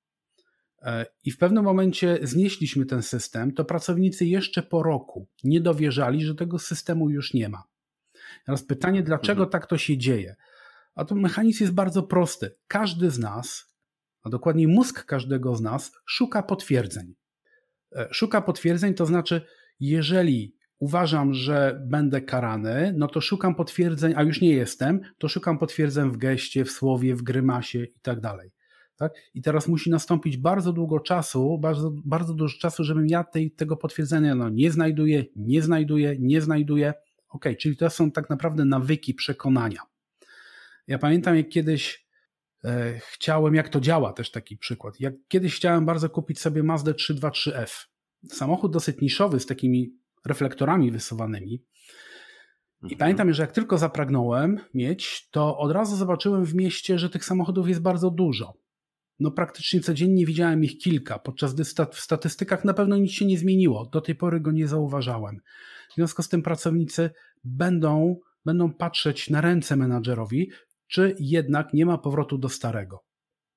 I w pewnym momencie znieśliśmy ten system, to pracownicy jeszcze po roku nie dowierzali, że tego systemu już nie ma. Teraz pytanie, dlaczego mhm. tak to się dzieje? A to mechanizm jest bardzo prosty. Każdy z nas, a dokładniej mózg każdego z nas, szuka potwierdzeń. Szuka potwierdzeń, to znaczy, jeżeli uważam, że będę karany, no to szukam potwierdzeń, a już nie jestem, to szukam potwierdzeń w geście, w słowie, w grymasie i tak dalej. Tak? I teraz musi nastąpić bardzo długo czasu, bardzo, bardzo dużo czasu, żebym ja tej, tego potwierdzenia no, nie znajduję, nie znajduję, nie znajduję. Ok, czyli to są tak naprawdę nawyki, przekonania. Ja pamiętam, jak kiedyś e, chciałem, jak to działa, też taki przykład. Jak kiedyś chciałem bardzo kupić sobie Mazdę trzysta dwadzieścia trzy F. Samochód dosyć niszowy z takimi reflektorami wysuwanymi. I mhm. pamiętam, że jak tylko zapragnąłem mieć, to od razu zobaczyłem w mieście, że tych samochodów jest bardzo dużo. No praktycznie codziennie widziałem ich kilka, podczas gdy w statystykach na pewno nic się nie zmieniło. Do tej pory go nie zauważałem. W związku z tym pracownicy będą, będą patrzeć na ręce menadżerowi, czy jednak nie ma powrotu do starego.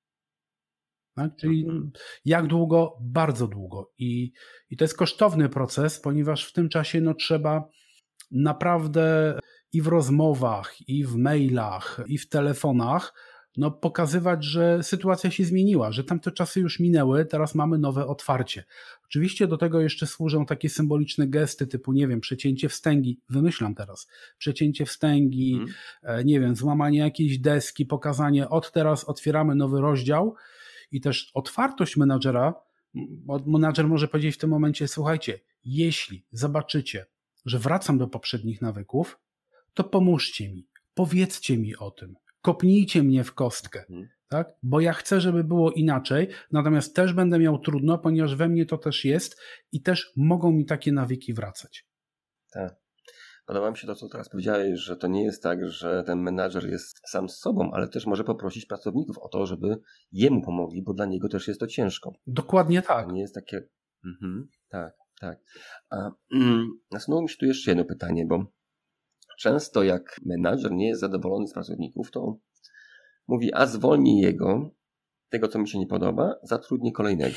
Tak? Czyli mhm. jak długo? Bardzo długo. I, i to jest kosztowny proces, ponieważ w tym czasie no, trzeba naprawdę i w rozmowach, i w mailach, i w telefonach no, pokazywać, że sytuacja się zmieniła, że tamte czasy już minęły, teraz mamy nowe otwarcie. Oczywiście do tego jeszcze służą takie symboliczne gesty typu, nie wiem, przecięcie wstęgi, wymyślam teraz, przecięcie wstęgi, hmm. nie wiem, złamanie jakiejś deski, pokazanie od teraz otwieramy nowy rozdział i też otwartość menadżera. Menadżer może powiedzieć w tym momencie, słuchajcie, jeśli zobaczycie, że wracam do poprzednich nawyków, to pomóżcie mi, powiedzcie mi o tym. Kopnijcie mnie w kostkę, mhm. tak? Bo ja chcę, żeby było inaczej, natomiast też będę miał trudno, ponieważ we mnie to też jest i też mogą mi takie nawyki wracać. Tak. Podoba mi się to, co teraz powiedziałeś, że to nie jest tak, że ten menadżer jest sam z sobą, ale też może poprosić pracowników o to, żeby jemu pomogli, bo dla niego też jest to ciężko. Dokładnie tak. To nie jest takie... Mhm. Tak, tak. A mm, nasunęło mi się tu jeszcze jedno pytanie, bo często jak menadżer nie jest zadowolony z pracowników, to mówi, a zwolni jego, tego co mi się nie podoba, zatrudnię kolejnego.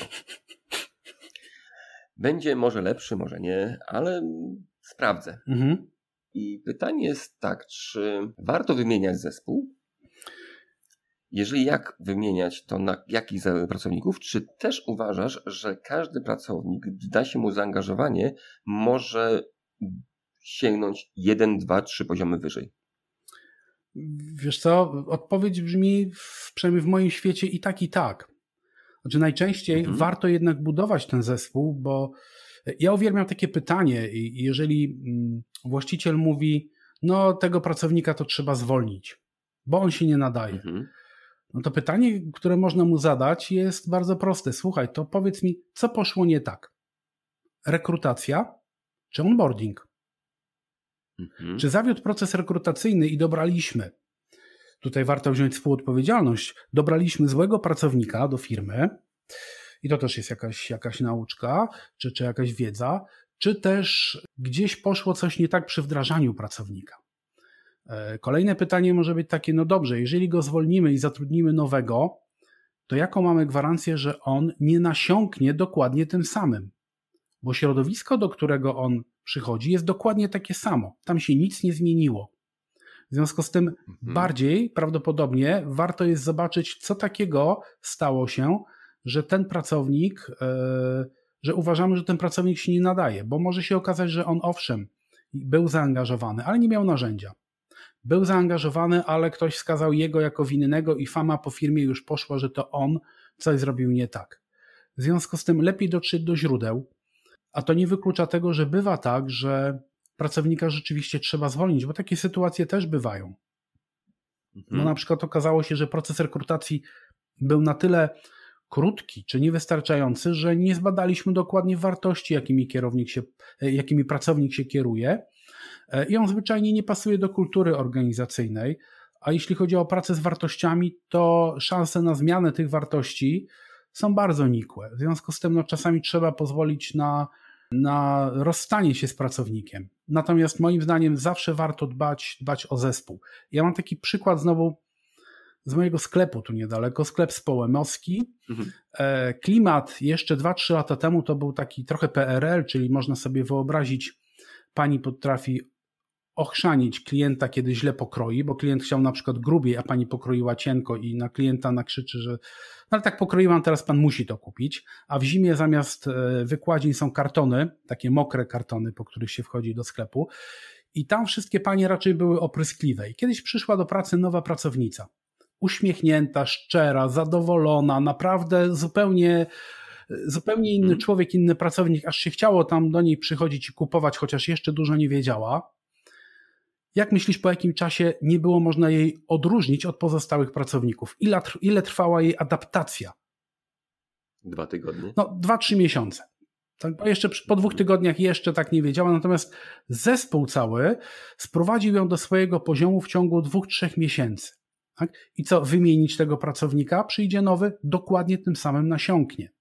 Będzie może lepszy, może nie, ale sprawdzę. Mhm. I pytanie jest tak, czy warto wymieniać zespół? Jeżeli jak wymieniać, to na jakich pracowników? Czy też uważasz, że każdy pracownik, gdy da się mu zaangażowanie, może sięgnąć jeden, dwa, trzy poziomy wyżej? Wiesz co, odpowiedź brzmi w, przynajmniej w moim świecie i tak, i tak. Znaczy najczęściej mhm. warto jednak budować ten zespół, bo ja uwielbiam takie pytanie, jeżeli właściciel mówi, no tego pracownika to trzeba zwolnić, bo on się nie nadaje. Mhm. No to pytanie, które można mu zadać jest bardzo proste. Słuchaj, to powiedz mi, co poszło nie tak? Rekrutacja czy onboarding? Mhm. Czy zawiódł proces rekrutacyjny i dobraliśmy, tutaj warto wziąć współodpowiedzialność, dobraliśmy złego pracownika do firmy i to też jest jakaś, jakaś nauczka, czy, czy jakaś wiedza, czy też gdzieś poszło coś nie tak przy wdrażaniu pracownika. Kolejne pytanie może być takie, no dobrze, jeżeli go zwolnimy i zatrudnimy nowego, to jaką mamy gwarancję, że on nie nasiąknie dokładnie tym samym? Bo środowisko, do którego on przychodzi, jest dokładnie takie samo. Tam się nic nie zmieniło. W związku z tym mhm. bardziej prawdopodobnie warto jest zobaczyć, co takiego stało się, że ten pracownik, że uważamy, że ten pracownik się nie nadaje, bo może się okazać, że on owszem, był zaangażowany, ale nie miał narzędzia. Był zaangażowany, ale ktoś wskazał jego jako winnego i fama po firmie już poszła, że to on coś zrobił nie tak. W związku z tym lepiej dotrzeć do źródeł, a to nie wyklucza tego, że bywa tak, że pracownika rzeczywiście trzeba zwolnić, bo takie sytuacje też bywają. Mhm. No na przykład okazało się, że proces rekrutacji był na tyle krótki czy niewystarczający, że nie zbadaliśmy dokładnie wartości, jakimi kierownik się, jakimi pracownik się kieruje i on zwyczajnie nie pasuje do kultury organizacyjnej, a jeśli chodzi o pracę z wartościami, to szanse na zmianę tych wartości są bardzo nikłe. W związku z tym no, czasami trzeba pozwolić na, na rozstanie się z pracownikiem. Natomiast moim zdaniem zawsze warto dbać, dbać o zespół. Ja mam taki przykład znowu z mojego sklepu tu niedaleko, sklep Społemowski. Mhm. Klimat jeszcze dwa trzy lata temu to był taki trochę P R L, czyli można sobie wyobrazić, pani potrafi ochrzanić klienta, kiedy źle pokroi, bo klient chciał na przykład grubiej, a pani pokroiła cienko i na klienta nakrzyczy, że no ale tak pokroiłam, teraz pan musi to kupić, a w zimie zamiast wykładzin są kartony, takie mokre kartony, po których się wchodzi do sklepu i tam wszystkie panie raczej były opryskliwe i kiedyś przyszła do pracy nowa pracownica, uśmiechnięta, szczera, zadowolona, naprawdę zupełnie zupełnie inny człowiek, inny pracownik, aż się chciało tam do niej przychodzić i kupować, chociaż jeszcze dużo nie wiedziała. Jak myślisz, po jakim czasie nie było można jej odróżnić od pozostałych pracowników? Ile, ile trwała jej adaptacja? Dwa tygodnie. No, dwa, trzy miesiące. Tak, bo jeszcze po dwóch tygodniach jeszcze tak nie wiedziała, natomiast zespół cały sprowadził ją do swojego poziomu w ciągu dwóch, trzech miesięcy. Tak? I co, wymienić tego pracownika? Przyjdzie nowy, dokładnie tym samym nasiąknie.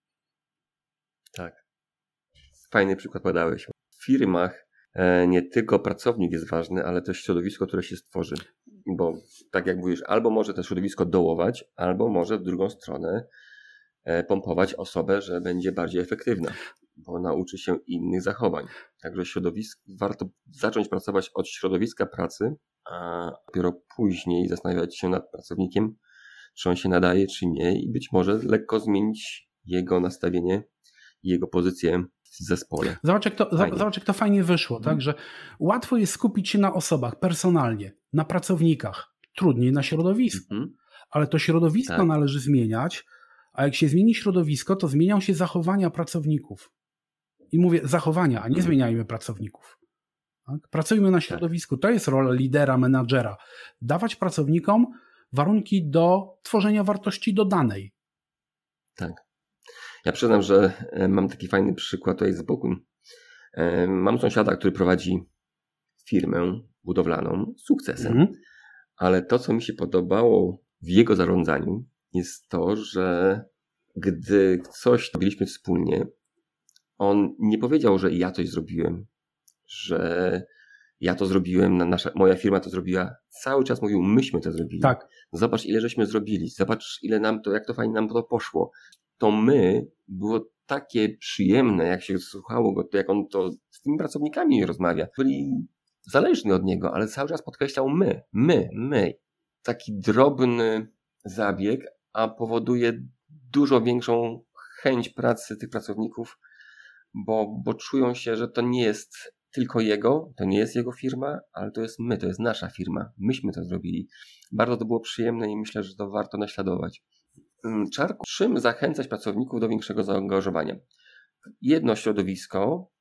Tak. Fajny przykład podałeś. W firmach nie tylko pracownik jest ważny, ale też środowisko, które się stworzy. Bo tak jak mówisz, albo może to środowisko dołować, albo może w drugą stronę pompować osobę, że będzie bardziej efektywna, bo nauczy się innych zachowań. Także środowisk, warto zacząć pracować od środowiska pracy, a dopiero później zastanawiać się nad pracownikiem, czy on się nadaje, czy nie i być może lekko zmienić jego nastawienie i jego pozycję w zespole. Zobacz, jak to, zobacz, jak to fajnie wyszło, hmm. tak? Że łatwo jest skupić się na osobach personalnie, na pracownikach, trudniej na środowisku, hmm. ale to środowisko tak. należy zmieniać, a jak się zmieni środowisko, to zmienią się zachowania pracowników. I mówię zachowania, a nie hmm. zmieniajmy pracowników. Tak? Pracujmy na środowisku, to jest rola lidera, menadżera. Dawać pracownikom warunki do tworzenia wartości dodanej. Tak. Ja przyznam, że mam taki fajny przykład tutaj z boku. Mam sąsiada, który prowadzi firmę budowlaną z sukcesem, mm. ale to, co mi się podobało w jego zarządzaniu, jest to, że gdy coś robiliśmy wspólnie, on nie powiedział, że ja coś zrobiłem, że ja to zrobiłem, nasza, moja firma to zrobiła. Cały czas mówił, myśmy to zrobili. Tak. Zobacz, ile żeśmy zrobili. Zobacz, ile nam to, jak to fajnie nam to poszło. To my było takie przyjemne, jak się słuchało go, to jak on to z tymi pracownikami rozmawia. Byli zależni od niego, ale cały czas podkreślał my, my, my. Taki drobny zabieg, a powoduje dużo większą chęć pracy tych pracowników, bo, bo czują się, że to nie jest tylko jego, to nie jest jego firma, ale to jest my, to jest nasza firma. Myśmy to zrobili. Bardzo to było przyjemne i myślę, że to warto naśladować. Czarku, czym zachęcać pracowników do większego zaangażowania? Jedno środowisko,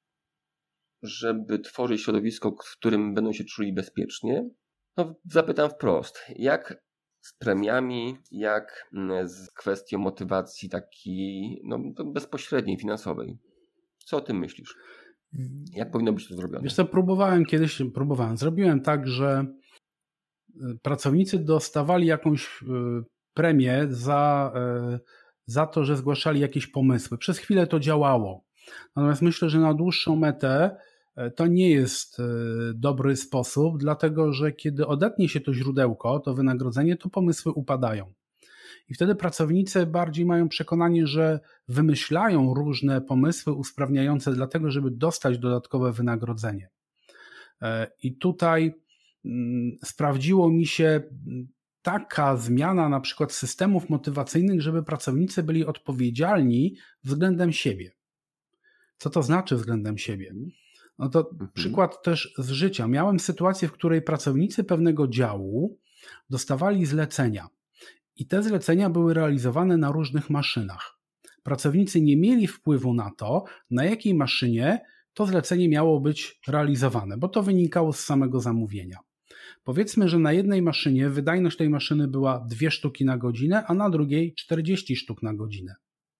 żeby tworzyć środowisko, w którym będą się czuli bezpiecznie. No, zapytam wprost, jak z premiami, jak z kwestią motywacji takiej no, bezpośredniej, finansowej? Co o tym myślisz? Jak powinno być to zrobione? Wiesz co, próbowałem kiedyś, próbowałem. Zrobiłem tak, że pracownicy dostawali jakąś premię za, za to, że zgłaszali jakieś pomysły. Przez chwilę to działało. Natomiast myślę, że na dłuższą metę to nie jest dobry sposób, dlatego że kiedy odetnie się to źródełko, to wynagrodzenie, to pomysły upadają. I wtedy pracownicy bardziej mają przekonanie, że wymyślają różne pomysły usprawniające dlatego, żeby dostać dodatkowe wynagrodzenie. I tutaj sprawdziło mi się taka zmiana na przykład systemów motywacyjnych, żeby pracownicy byli odpowiedzialni względem siebie. Co to znaczy względem siebie? No to mhm. przykład też z życia. Miałem sytuację, w której pracownicy pewnego działu dostawali zlecenia i te zlecenia były realizowane na różnych maszynach. Pracownicy nie mieli wpływu na to, na jakiej maszynie to zlecenie miało być realizowane, bo to wynikało z samego zamówienia. Powiedzmy, że na jednej maszynie wydajność tej maszyny była dwie sztuki na godzinę, a na drugiej czterdzieści sztuk na godzinę.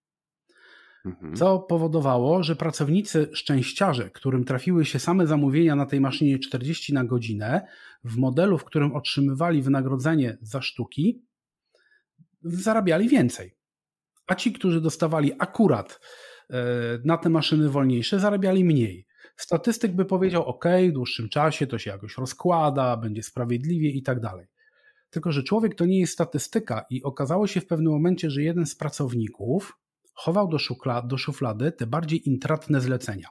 Mhm. Co powodowało, że pracownicy szczęściarze, którym trafiły się same zamówienia na tej maszynie czterdzieści na godzinę, w modelu, w którym otrzymywali wynagrodzenie za sztuki, zarabiali więcej. A ci, którzy dostawali akurat na te maszyny wolniejsze, zarabiali mniej. Statystyk by powiedział, ok, w dłuższym czasie to się jakoś rozkłada, będzie sprawiedliwie i tak dalej. Tylko że człowiek to nie jest statystyka i okazało się w pewnym momencie, że jeden z pracowników chował do, szuflady, do szuflady te bardziej intratne zlecenia.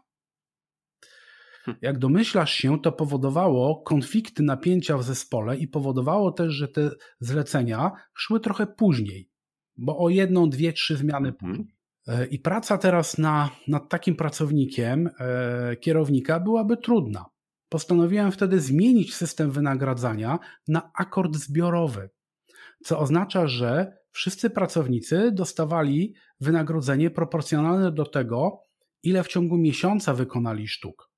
Jak domyślasz się, to powodowało konflikty, napięcia w zespole i powodowało też, że te zlecenia szły trochę później, bo o jedną, dwie, trzy zmiany później. I praca teraz na, nad takim pracownikiem e, kierownika byłaby trudna. Postanowiłem wtedy zmienić system wynagradzania na akord zbiorowy, co oznacza, że wszyscy pracownicy dostawali wynagrodzenie proporcjonalne do tego, ile w ciągu miesiąca wykonali sztuk.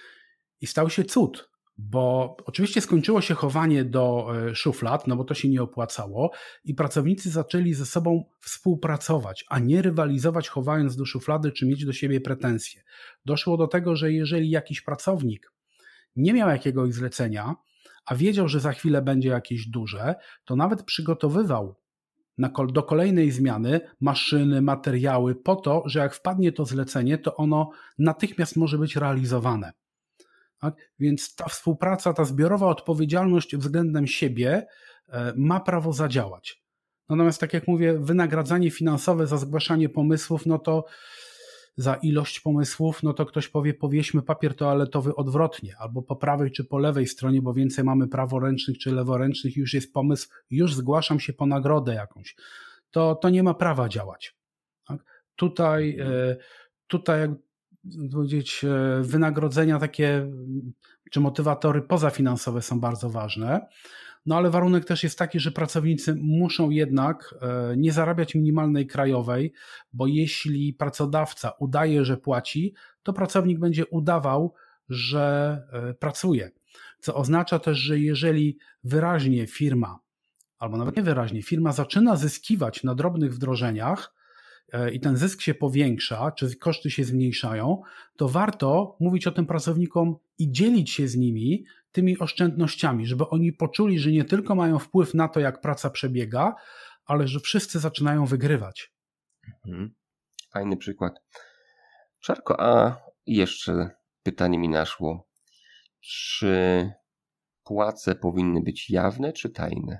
I stał się cud, bo oczywiście skończyło się chowanie do szuflad, no bo to się nie opłacało i pracownicy zaczęli ze sobą współpracować, a nie rywalizować chowając do szuflady czy mieć do siebie pretensje. Doszło do tego, że jeżeli jakiś pracownik nie miał jakiegoś zlecenia, a wiedział, że za chwilę będzie jakieś duże, to nawet przygotowywał na, do kolejnej zmiany maszyny, materiały po to, że jak wpadnie to zlecenie, to ono natychmiast może być realizowane. Tak? Więc ta współpraca, ta zbiorowa odpowiedzialność względem siebie ma prawo zadziałać. Natomiast tak jak mówię, wynagradzanie finansowe za zgłaszanie pomysłów, no to za ilość pomysłów, no to ktoś powie, powieśmy papier toaletowy odwrotnie, albo po prawej czy po lewej stronie, bo więcej mamy praworęcznych czy leworęcznych, już jest pomysł, już zgłaszam się po nagrodę jakąś. To, to nie ma prawa działać. Tak? Tutaj, tutaj jak powiedzieć, wynagrodzenia takie, czy motywatory pozafinansowe są bardzo ważne, no ale warunek też jest taki, że pracownicy muszą jednak nie zarabiać minimalnej krajowej, bo jeśli pracodawca udaje, że płaci, to pracownik będzie udawał, że pracuje. Co oznacza też, że jeżeli wyraźnie firma, albo nawet nie wyraźnie, firma zaczyna zyskiwać na drobnych wdrożeniach, i ten zysk się powiększa, czy koszty się zmniejszają, to warto mówić o tym pracownikom i dzielić się z nimi tymi oszczędnościami, żeby oni poczuli, że nie tylko mają wpływ na to, jak praca przebiega, ale że wszyscy zaczynają wygrywać. Mhm. Fajny przykład. Szarko, a jeszcze pytanie mi naszło. Czy płace powinny być jawne czy tajne?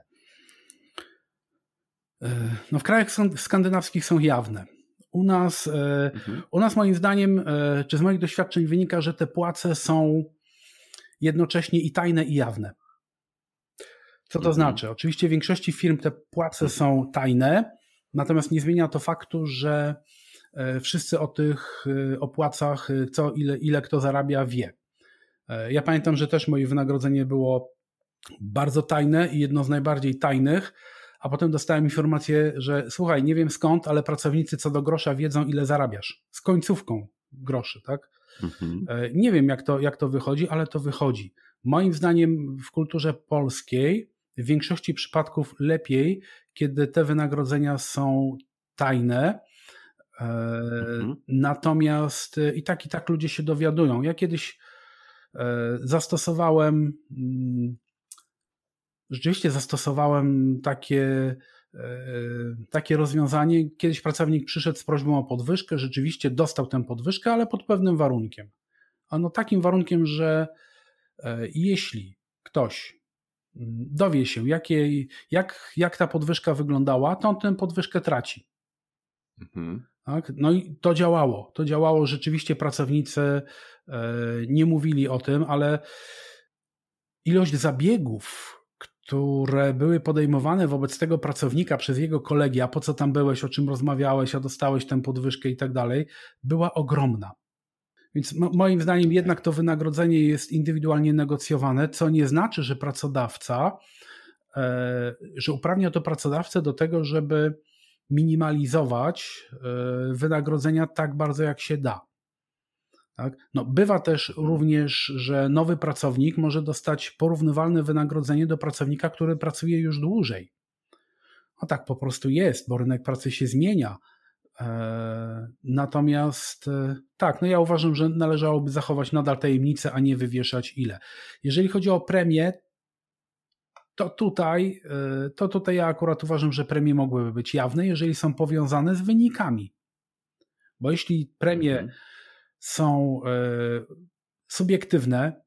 No w krajach skandynawskich są jawne. U nas, mhm. u nas moim zdaniem, czy z moich doświadczeń wynika, że te płace są jednocześnie i tajne, i jawne. Co to mhm. znaczy? Oczywiście w większości firm te płace mhm. są tajne, natomiast nie zmienia to faktu, że wszyscy o tych opłacach, co ile, ile kto zarabia, wie. Ja pamiętam, że też moje wynagrodzenie było bardzo tajne i jedno z najbardziej tajnych, a potem dostałem informację, że słuchaj, nie wiem skąd, ale pracownicy co do grosza wiedzą, ile zarabiasz. Z końcówką groszy, tak? Mhm. Nie wiem, jak to, jak to wychodzi, ale to wychodzi. Moim zdaniem w kulturze polskiej w większości przypadków lepiej, kiedy te wynagrodzenia są tajne, mhm. natomiast i tak, i tak ludzie się dowiadują. Ja kiedyś zastosowałem Rzeczywiście zastosowałem takie, takie rozwiązanie. Kiedyś pracownik przyszedł z prośbą o podwyżkę, rzeczywiście dostał tę podwyżkę, ale pod pewnym warunkiem. Ano takim warunkiem, że jeśli ktoś dowie się, jakie, jak, jak ta podwyżka wyglądała, to on tę podwyżkę traci. Mhm. Tak? No i to działało. To działało. Rzeczywiście pracownicy nie mówili o tym, ale ilość zabiegów, które były podejmowane wobec tego pracownika przez jego kolegi, a po co tam byłeś, o czym rozmawiałeś, a dostałeś tę podwyżkę i tak dalej, była ogromna. Więc mo- moim zdaniem jednak to wynagrodzenie jest indywidualnie negocjowane, co nie znaczy, że pracodawca, e, że uprawnia to pracodawcę do tego, żeby minimalizować e, wynagrodzenia tak bardzo jak się da. Tak? No, bywa też również, że nowy pracownik może dostać porównywalne wynagrodzenie do pracownika, który pracuje już dłużej. No tak po prostu jest, bo rynek pracy się zmienia. Natomiast tak, no ja uważam, że należałoby zachować nadal tajemnicę, a nie wywieszać ile. Jeżeli chodzi o premie, to tutaj, to tutaj ja akurat uważam, że premie mogłyby być jawne, jeżeli są powiązane z wynikami. Bo jeśli premie mhm. są subiektywne,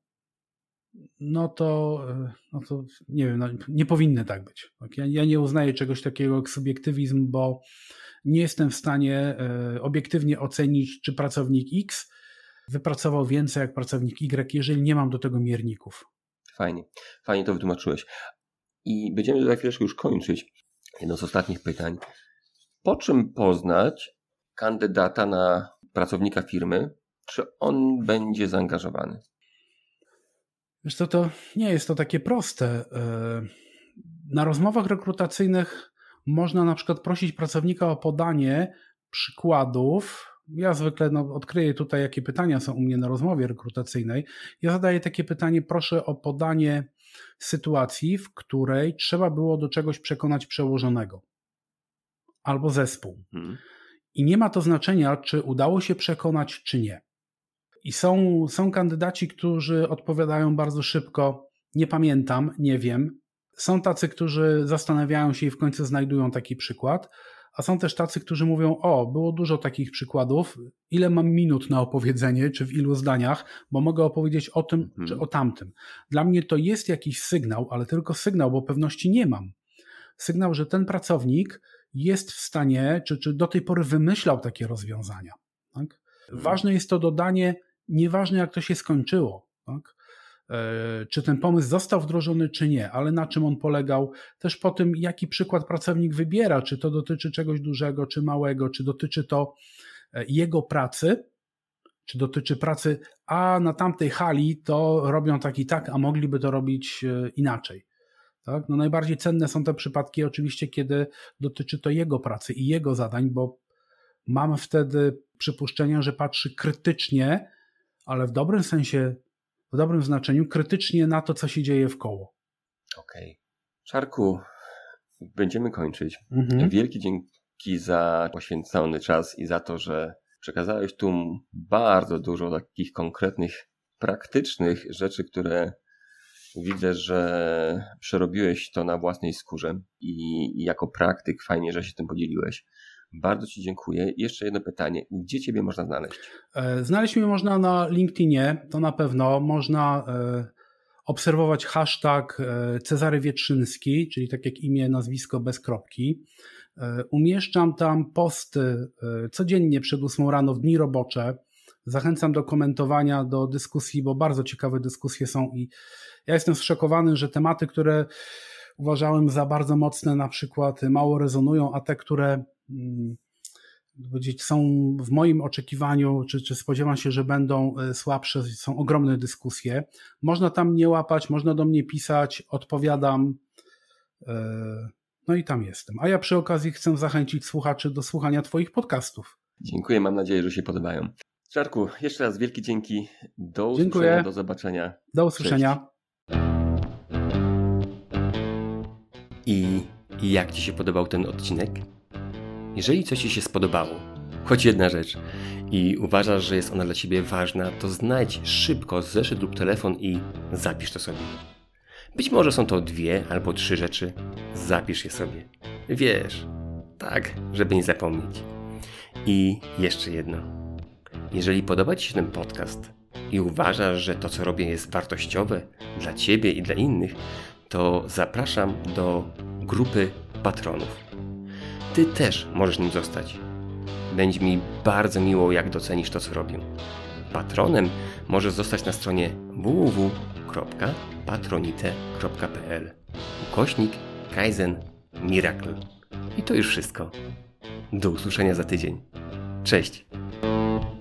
no to, no to nie wiem, no nie powinny tak być. Ja, ja nie uznaję czegoś takiego jak subiektywizm, bo nie jestem w stanie obiektywnie ocenić, czy pracownik X wypracował więcej jak pracownik Y, jeżeli nie mam do tego mierników. Fajnie, fajnie to wytłumaczyłeś. I będziemy za chwileczkę już kończyć. Jedno z ostatnich pytań. Po czym poznać kandydata na pracownika firmy, czy on będzie zaangażowany? Wiesz co, to nie jest to takie proste. Na rozmowach rekrutacyjnych można na przykład prosić pracownika o podanie przykładów. Ja zwykle no, odkryję tutaj, jakie pytania są u mnie na rozmowie rekrutacyjnej. Ja zadaję takie pytanie, proszę o podanie sytuacji, w której trzeba było do czegoś przekonać przełożonego albo zespół. Hmm. I nie ma to znaczenia, czy udało się przekonać, czy nie. I są, są kandydaci, którzy odpowiadają bardzo szybko, nie pamiętam, nie wiem. Są tacy, którzy zastanawiają się i w końcu znajdują taki przykład, a są też tacy, którzy mówią, o, było dużo takich przykładów, ile mam minut na opowiedzenie, czy w ilu zdaniach, bo mogę opowiedzieć o tym, mhm. czy o tamtym. Dla mnie to jest jakiś sygnał, ale tylko sygnał, bo pewności nie mam. Sygnał, że ten pracownik jest w stanie, czy, czy do tej pory wymyślał takie rozwiązania. Tak? Mhm. Ważne jest to dodanie, nieważne jak to się skończyło, tak? Czy ten pomysł został wdrożony, czy nie, ale na czym on polegał, też po tym, jaki przykład pracownik wybiera, czy to dotyczy czegoś dużego, czy małego, czy dotyczy to jego pracy, czy dotyczy pracy, a na tamtej hali to robią tak i tak, a mogliby to robić inaczej. Tak? No najbardziej cenne są te przypadki oczywiście, kiedy dotyczy to jego pracy i jego zadań, bo mam wtedy przypuszczenia, że patrzy krytycznie, ale w dobrym sensie, w dobrym znaczeniu, krytycznie na to, co się dzieje wkoło. Okej. Okay. Czarku, będziemy kończyć. Mhm. Wielkie dzięki za poświęcony czas i za to, że przekazałeś tu bardzo dużo takich konkretnych, praktycznych rzeczy, które widzę, że przerobiłeś to na własnej skórze i, i jako praktyk fajnie, że się tym podzieliłeś. Bardzo Ci dziękuję. Jeszcze jedno pytanie. Gdzie Ciebie można znaleźć? Znaleźć mnie można na LinkedInie, to na pewno. Można obserwować hashtag Cezary Wietrzyński, czyli tak jak imię, nazwisko bez kropki. Umieszczam tam posty codziennie przed ósmą rano w dni robocze. Zachęcam do komentowania, do dyskusji, bo bardzo ciekawe dyskusje są i ja jestem zszokowany, że tematy, które uważałem za bardzo mocne, na przykład mało rezonują, a te, które są w moim oczekiwaniu, czy, czy spodziewam się, że będą słabsze, są ogromne dyskusje. Można tam mnie łapać, można do mnie pisać, odpowiadam, no i tam jestem. A ja przy okazji chcę zachęcić słuchaczy do słuchania Twoich podcastów. Dziękuję, mam nadzieję, że się podobają. Czarku, jeszcze raz wielkie dzięki. Do usłyszenia, Dziękuję. Do zobaczenia. Do usłyszenia. Cześć. I jak Ci się podobał ten odcinek? Jeżeli coś Ci się spodobało, choć jedna rzecz, i uważasz, że jest ona dla Ciebie ważna, to znajdź szybko zeszyt lub telefon i zapisz to sobie. Być może są to dwie albo trzy rzeczy. Zapisz je sobie. Wiesz, tak, żeby nie zapomnieć. I jeszcze jedno. Jeżeli podoba Ci się ten podcast i uważasz, że to, co robię, jest wartościowe dla Ciebie i dla innych, to zapraszam do grupy patronów. Ty też możesz nim zostać. Będzie mi bardzo miło, jak docenisz to, co robię. patronem, możesz zostać na stronie w w w kropka patronite kropka p l ukośnik Kaizen Miracle. I to już wszystko. Do usłyszenia za tydzień. Cześć!